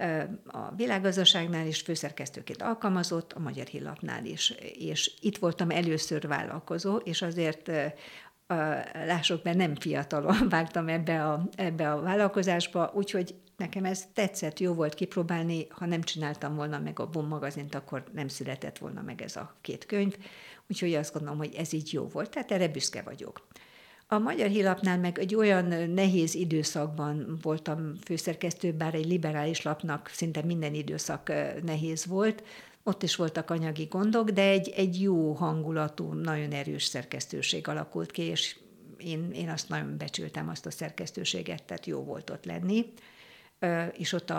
A Világgazdaságnál is főszerkesztőként alkalmazott, a Magyar Hírlapnál is. És itt voltam először vállalkozó, és azért lássuk be, nem fiatalon vágtam ebbe a, ebbe a vállalkozásba, úgyhogy nekem ez tetszett, jó volt kipróbálni, ha nem csináltam volna meg a BUM magazint, akkor nem született volna meg ez a két könyv, úgyhogy azt gondolom, hogy ez így jó volt, tehát erre büszke vagyok. A Magyar Hírlapnál meg egy olyan nehéz időszakban voltam főszerkesztő, bár egy liberális lapnak szinte minden időszak nehéz volt, ott is voltak anyagi gondok, de egy, egy jó hangulatú, nagyon erős szerkesztőség alakult ki, és én, én azt nagyon becsültem, azt a szerkesztőséget, tehát jó volt ott lenni. És ott a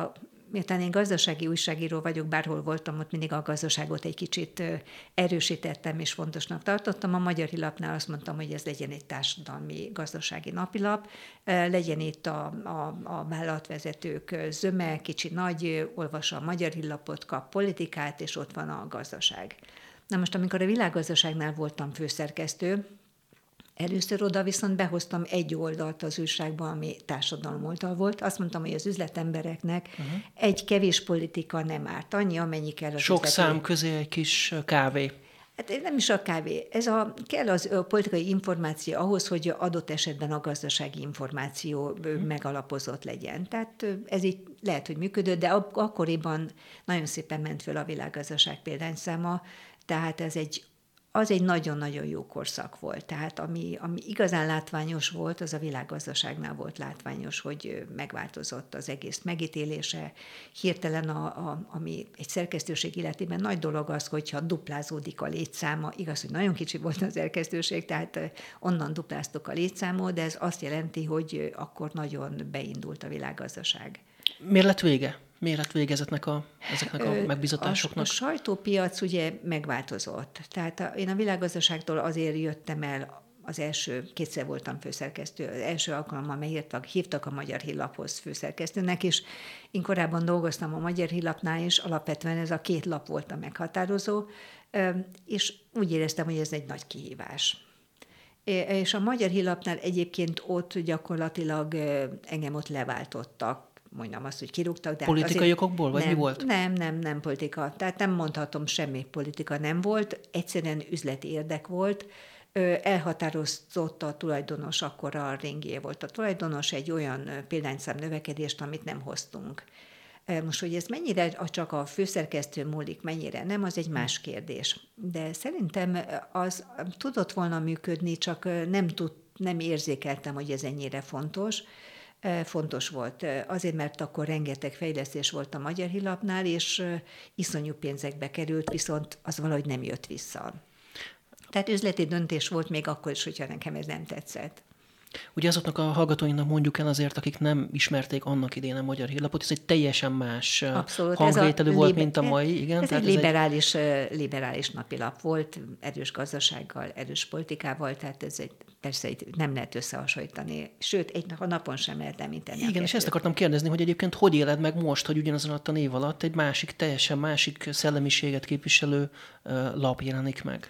miután én gazdasági újságíró vagyok, bárhol voltam, ott mindig a gazdaságot egy kicsit erősítettem és fontosnak tartottam. A Magyar Hírlapnál azt mondtam, hogy ez legyen egy társadalmi gazdasági napilap, legyen itt a, a, a vállalatvezetők zöme, kicsi nagy, olvassa a Magyar Hírlapot, kap politikát, és ott van a gazdaság. Na most, amikor a Világgazdaságnál voltam főszerkesztő, először oda viszont behoztam egy oldalt az újságba, ami társadalom oldal volt. Azt mondtam, hogy az üzletembereknek uh-huh. egy kevés politika nem árt. Annyi, amennyi kell az Sok üzleti... szám közé egy kis kávé. Hát nem is a kávé. Ez a, kell az a politikai információ ahhoz, hogy adott esetben a gazdasági információ uh-huh. megalapozott legyen. Tehát ez így lehet, hogy működött, de ak- akkoriban nagyon szépen ment föl a Világgazdaság példányszáma, tehát ez egy az egy nagyon-nagyon jó korszak volt. Tehát ami, ami igazán látványos volt, az a Világgazdaságnál volt látványos, hogy megváltozott az egész megítélése. Hirtelen, a, a, ami egy szerkesztőség életében nagy dolog az, hogyha duplázódik a létszáma. Igaz, hogy nagyon kicsi volt az szerkesztőség, tehát onnan dupláztuk a létszámot, de ez azt jelenti, hogy akkor nagyon beindult a világgazdaság. Miért lett vége? Miért lett vége ezeknek a, ezeknek a megbízatásoknak? A, a sajtópiac ugye megváltozott. Tehát a, én a Világgazdaságtól azért jöttem el, az első, kétszer voltam főszerkesztő, az első alkalommal megírtak, hívtak a Magyar Hírlaphoz főszerkesztőnek, és én korábban dolgoztam a Magyar Hírlapnál, és alapvetően ez a két lap volt a meghatározó, és úgy éreztem, hogy ez egy nagy kihívás. És a Magyar Hírlapnál egyébként ott gyakorlatilag engem ott leváltottak, mondjam azt, hogy kirúgtak. De politikai okokból, vagy nem, mi volt? Nem, nem, nem politika. Tehát nem mondhatom, semmi politika nem volt, egyszerűen üzleti érdek volt. Elhatározott a tulajdonos, akkor a Ringier volt a tulajdonos, egy olyan példányszám növekedést, amit nem hoztunk. Most, hogy ez mennyire csak a főszerkesztő múlik, mennyire nem, az egy más kérdés. De szerintem az tudott volna működni, csak nem, tud, nem érzékeltem, hogy ez ennyire fontos. Fontos volt. Azért, mert akkor rengeteg fejlesztés volt a Magyar Hírlapnál, és iszonyú pénzekbe került, viszont az valahogy nem jött vissza. Tehát üzleti döntés volt még akkor is, hogyha nekem ez nem tetszett. Ugye azoknak a hallgatóinknak mondjuk el azért, akik nem ismerték annak idén a Magyar Hírlapot, ez egy teljesen más Abszolút, hangvételű volt, liber... mint a mai. Igen, ez tehát egy ez liberális, egy liberális napilap volt, erős gazdasággal, erős politikával, tehát ez egy, persze nem lehet összehasonlítani, sőt, egy a napon sem lehet említeni. Igen, és ezt akartam kérdezni, hogy egyébként hogy éled meg most, hogy ugyanazon alatt a név alatt egy másik, teljesen másik szellemiséget képviselő lap jelenik meg?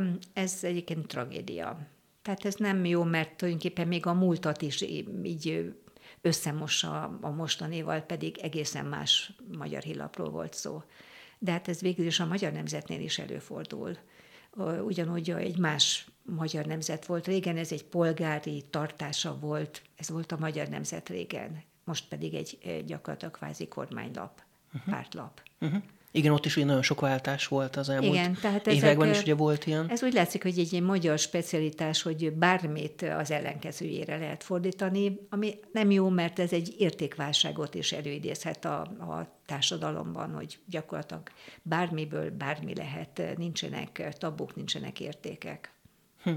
Ez egyébként tragédia. Tehát ez nem jó, mert tulajdonképpen még a múltat is így összemossa a mostanéval, pedig egészen más Magyar Hírlapról volt szó. De hát ez végül is a Magyar Nemzetnél is előfordul. Ugyanúgy egy más Magyar Nemzet volt. Régen ez egy polgári tartása volt, ez volt a Magyar Nemzet régen. Most pedig egy gyakorlatilag kvázi kormánylap, uh-huh. pártlap. Uh-huh. Igen, ott is ugye nagyon sok váltás volt az elmúlt Igen, tehát években ezek, is ugye volt ilyen. Ez úgy látszik, hogy egy, egy magyar specialitás, hogy bármit az ellenkezőjére lehet fordítani, ami nem jó, mert ez egy értékválságot is előidézhet a, a társadalomban, hogy gyakorlatilag bármiből bármi lehet, nincsenek tabuk, nincsenek értékek. Hm.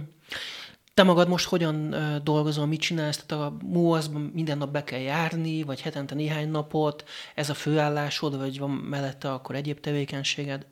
Te magad most hogyan dolgozol, mit csinálsz? Tehát a MUOSZ-ban minden nap be kell járni, vagy hetente néhány napot? Ez a főállásod, vagy van mellette akkor egyéb tevékenységed?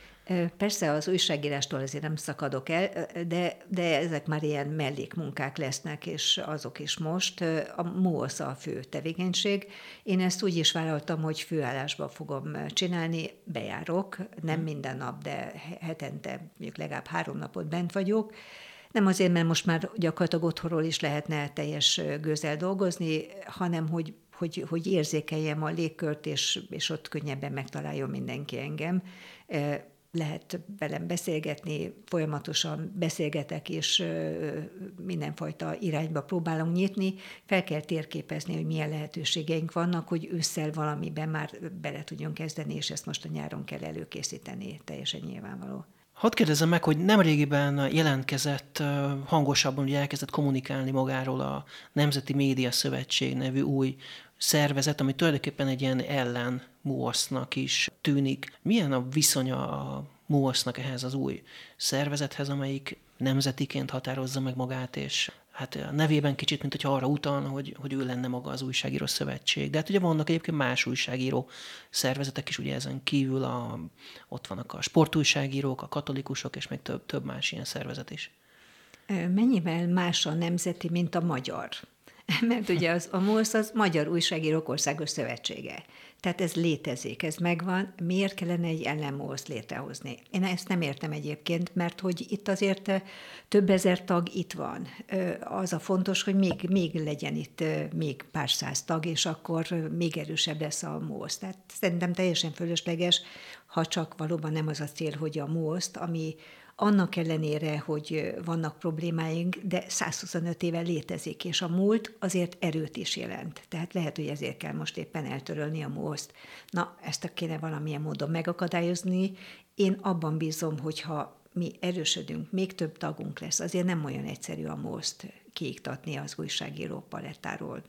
Persze az újságírástól azért nem szakadok el, de, de ezek már ilyen mellékmunkák lesznek, és azok is most. A MUOSZ a fő tevékenység. Én ezt úgy is vállaltam, hogy főállásban fogom csinálni, bejárok, nem minden nap, de hetente mondjuk legalább három napot bent vagyok. Nem azért, mert most már gyakorlatilag otthonról is lehetne teljes gőzzel dolgozni, hanem hogy, hogy, hogy érzékeljem a légkört, és, és ott könnyebben megtaláljon mindenki engem. Lehet velem beszélgetni, folyamatosan beszélgetek, és mindenfajta irányba próbálunk nyitni. Fel kell térképezni, hogy milyen lehetőségeink vannak, hogy ősszel valamiben már bele tudjunk kezdeni, és ezt most a nyáron kell előkészíteni, teljesen nyilvánvaló. Hadd kérdezzem meg, hogy nemrégiben jelentkezett, hangosabban ugye elkezdett kommunikálni magáról a Nemzeti Média Szövetség nevű új szervezet, ami tulajdonképpen egy ilyen ellen MUOSZ-nak is tűnik. Milyen a viszonya a MUOSZ-nak ehhez az új szervezethez, amelyik nemzetiként határozza meg magát, és hát a nevében kicsit, mint hogyha arra utalna, hogy, hogy ő lenne maga az újságíró szövetség. De hát ugye vannak egyébként más újságíró szervezetek is, ugye ezen kívül a, ott vannak a sportújságírók, a katolikusok, és még több, több más ilyen szervezet is. Mennyivel más a nemzeti, mint a magyar? Mert ugye az, a MOSZ az Magyar Újságírók Országos Szövetsége. Tehát ez létezik, ez megvan. Miért kellene egy ellenmószt létrehozni? Én ezt nem értem egyébként, mert hogy itt azért több ezer tag itt van. Az a fontos, hogy még, még legyen itt még pár száz tag, és akkor még erősebb lesz a MOSZ. Tehát szerintem teljesen fölösleges, ha csak valóban nem az a cél, hogy a MOSZ-t, ami annak ellenére, hogy vannak problémáink, de száz huszonöt éve létezik, és a múlt azért erőt is jelent. Tehát lehet, hogy ezért kell most éppen eltörölni a MOSZ-t. Na, ezt kéne valamilyen módon megakadályozni. Én abban bízom, hogyha mi erősödünk, még több tagunk lesz, azért nem olyan egyszerű a MOSZ-t kiiktatni az újságíró palettáról.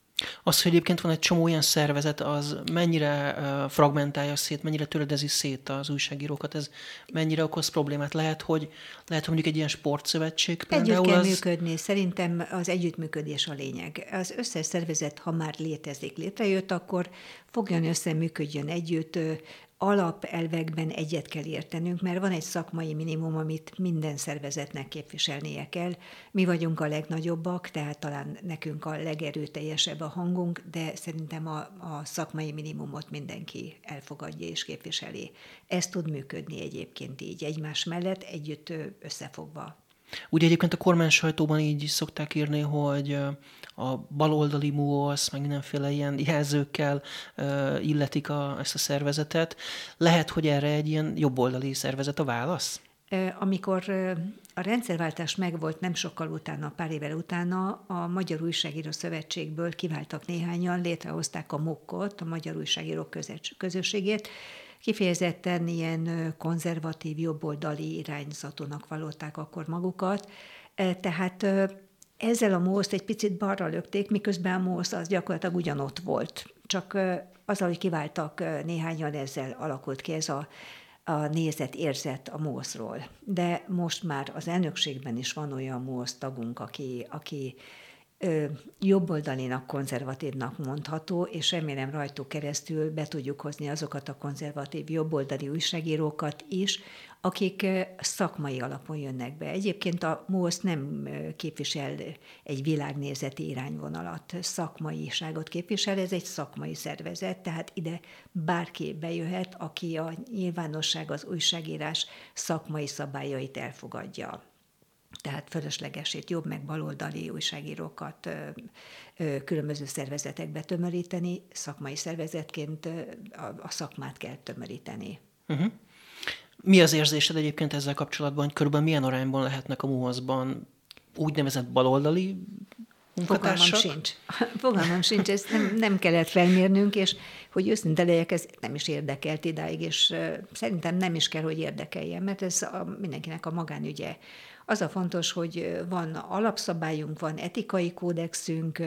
Az, hogy egyébként van egy csomó olyan szervezet, az mennyire uh, fragmentálja szét, mennyire töredezi szét az újságírókat, ez mennyire okoz problémát? Lehet, hogy, lehet, hogy mondjuk egy ilyen sportszövetség például Együtt kell az... működni, szerintem az együttműködés a lényeg. Az összes szervezet, ha már létezik, létrejött, akkor fogjon össze, működjön együtt, alapelvekben egyet kell értenünk, mert van egy szakmai minimum, amit minden szervezetnek képviselnie kell. Mi vagyunk a legnagyobbak, tehát talán nekünk a legerőteljesebb a hangunk, de szerintem a, a szakmai minimumot mindenki elfogadja és képviseli. Ez tud működni egyébként így, egymás mellett, együtt összefogva. Ugye egyébként a kormány sajtóban így is szokták írni, hogy a baloldali MUOSZ, meg mindenféle ilyen jelzőkkel illetik a, ezt a szervezetet. Lehet, hogy erre egy ilyen jobboldali szervezet a válasz? Amikor a rendszerváltás megvolt, nem sokkal utána, pár évvel utána, a Magyar Újságíró Szövetségből kiváltak néhányan, létrehozták a MUK-ot, a Magyar Újságírók Közösségét, kifejezetten ilyen konzervatív, jobboldali irányzatúnak vallották akkor magukat. Tehát ezzel a MOSZ egy picit balra lökték, miközben a MOSZ az gyakorlatilag ugyanott volt. Csak azzal, hogy kiváltak néhányan, ezzel alakult ki ez a, a nézet, érzet a MOSZ-ról. De most már az elnökségben is van olyan MOSZ tagunk, aki, aki jobboldalinak, konzervatívnak mondható, és remélem rajtuk keresztül be tudjuk hozni azokat a konzervatív jobboldali újságírókat is, akik szakmai alapon jönnek be. Egyébként a MOSZ nem képvisel egy világnézeti irányvonalat, szakmaiságot képvisel, ez egy szakmai szervezet, tehát ide bárki bejöhet, aki a nyilvánosság, az újságírás szakmai szabályait elfogadja. Tehát fölöslegesét jobb meg baloldali újságírókat ö, ö, különböző szervezetekbe tömöríteni, szakmai szervezetként ö, a, a szakmát kell tömöríteni. Uh-huh. Mi az érzésed egyébként ezzel kapcsolatban, hogy körülbelül milyen arányban lehetnek a MUOSZ-ban úgynevezett baloldali munkatársak? Fogalmam sincs. Fogalmam sincs, ezt nem, nem kellett felmérnünk, és hogy őszinte legyek, ez nem is érdekelt idáig, és uh, szerintem nem is kell, hogy érdekeljen, mert ez a, mindenkinek a magánügye. Az a fontos, hogy van alapszabályunk, van etikai kódexünk,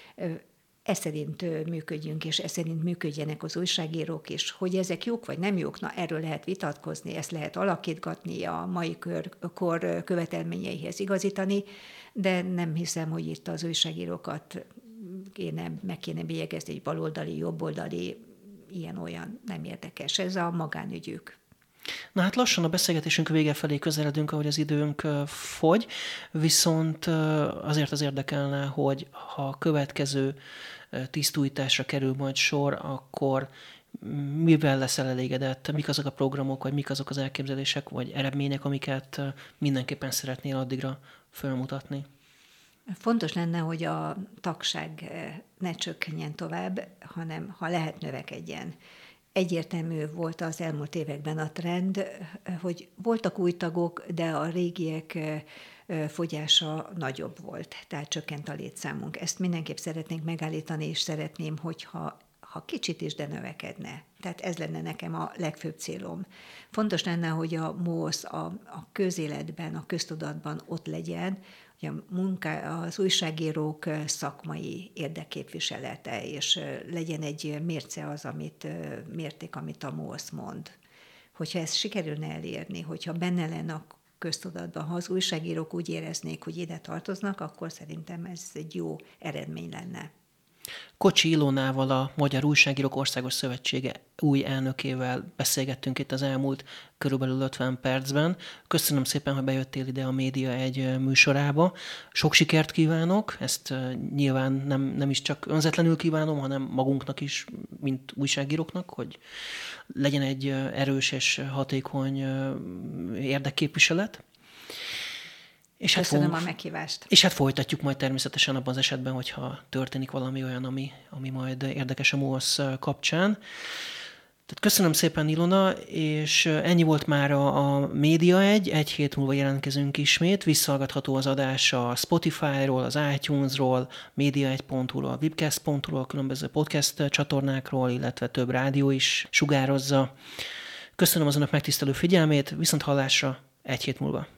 ez szerint működjünk, és ez szerint működjenek az újságírók is. Hogy ezek jók vagy nem jók, na erről lehet vitatkozni, ezt lehet alakítgatni, a mai kör, kor követelményeihez igazítani, de nem hiszem, hogy itt az újságírókat kéne, meg kéne bélyegezni, egy baloldali, jobboldali, ilyen-olyan nem érdekes. Ez a magánügyük. Na hát lassan a beszélgetésünk vége felé közeledünk, ahogy az időnk fogy, viszont azért az érdekelne, hogy ha a következő tisztújításra kerül majd sor, akkor mivel leszel elégedett, mik azok a programok, vagy mik azok az elképzelések, vagy eredmények, amiket mindenképpen szeretnél addigra felmutatni? Fontos lenne, hogy a tagság ne csökkenjen tovább, hanem ha lehet növekedjen. Egyértelmű volt az elmúlt években a trend, hogy voltak új tagok, de a régiek fogyása nagyobb volt, tehát csökkent a létszámunk. Ezt mindenképp szeretnénk megállítani, és szeretném, hogyha ha kicsit is, de növekedne. Tehát ez lenne nekem a legfőbb célom. Fontos lenne, hogy a MOSZ a, a közéletben, a köztudatban ott legyen, hogy a munká, az újságírók szakmai érdekképviselete, és legyen egy mérce az, amit mérték, amit a MOSZ mond. Hogyha ezt sikerülne elérni, hogyha benne lenne a köztudatban. Ha az újságírók úgy éreznék, hogy ide tartoznak, akkor szerintem ez egy jó eredmény lenne. Kocsi Ilonával, a Magyar Újságírók Országos Szövetsége új elnökével beszélgettünk itt az elmúlt körülbelül ötven percben. Köszönöm szépen, hogy bejöttél ide a Média egy műsorába. Sok sikert kívánok, ezt nyilván nem, nem is csak önzetlenül kívánom, hanem magunknak is, mint újságíróknak, hogy legyen egy erős és hatékony érdekképviselet. És Köszönöm hát a meghívást. És hát folytatjuk majd természetesen abban az esetben, hogyha történik valami olyan, ami, ami majd érdekes a MUOSZ kapcsán. Tehát köszönöm szépen, Ilona, és ennyi volt már a, a Média egy. Egy hét múlva jelentkezünk ismét. Visszahallgatható az adás a Spotify-ról, az iTunes-ról, média egy pont hu-ról, a webcast pont hu-ról, különböző podcast csatornákról, illetve több rádió is sugározza. Köszönöm az önök megtisztelő figyelmét, viszont hallásra egy hét múlva.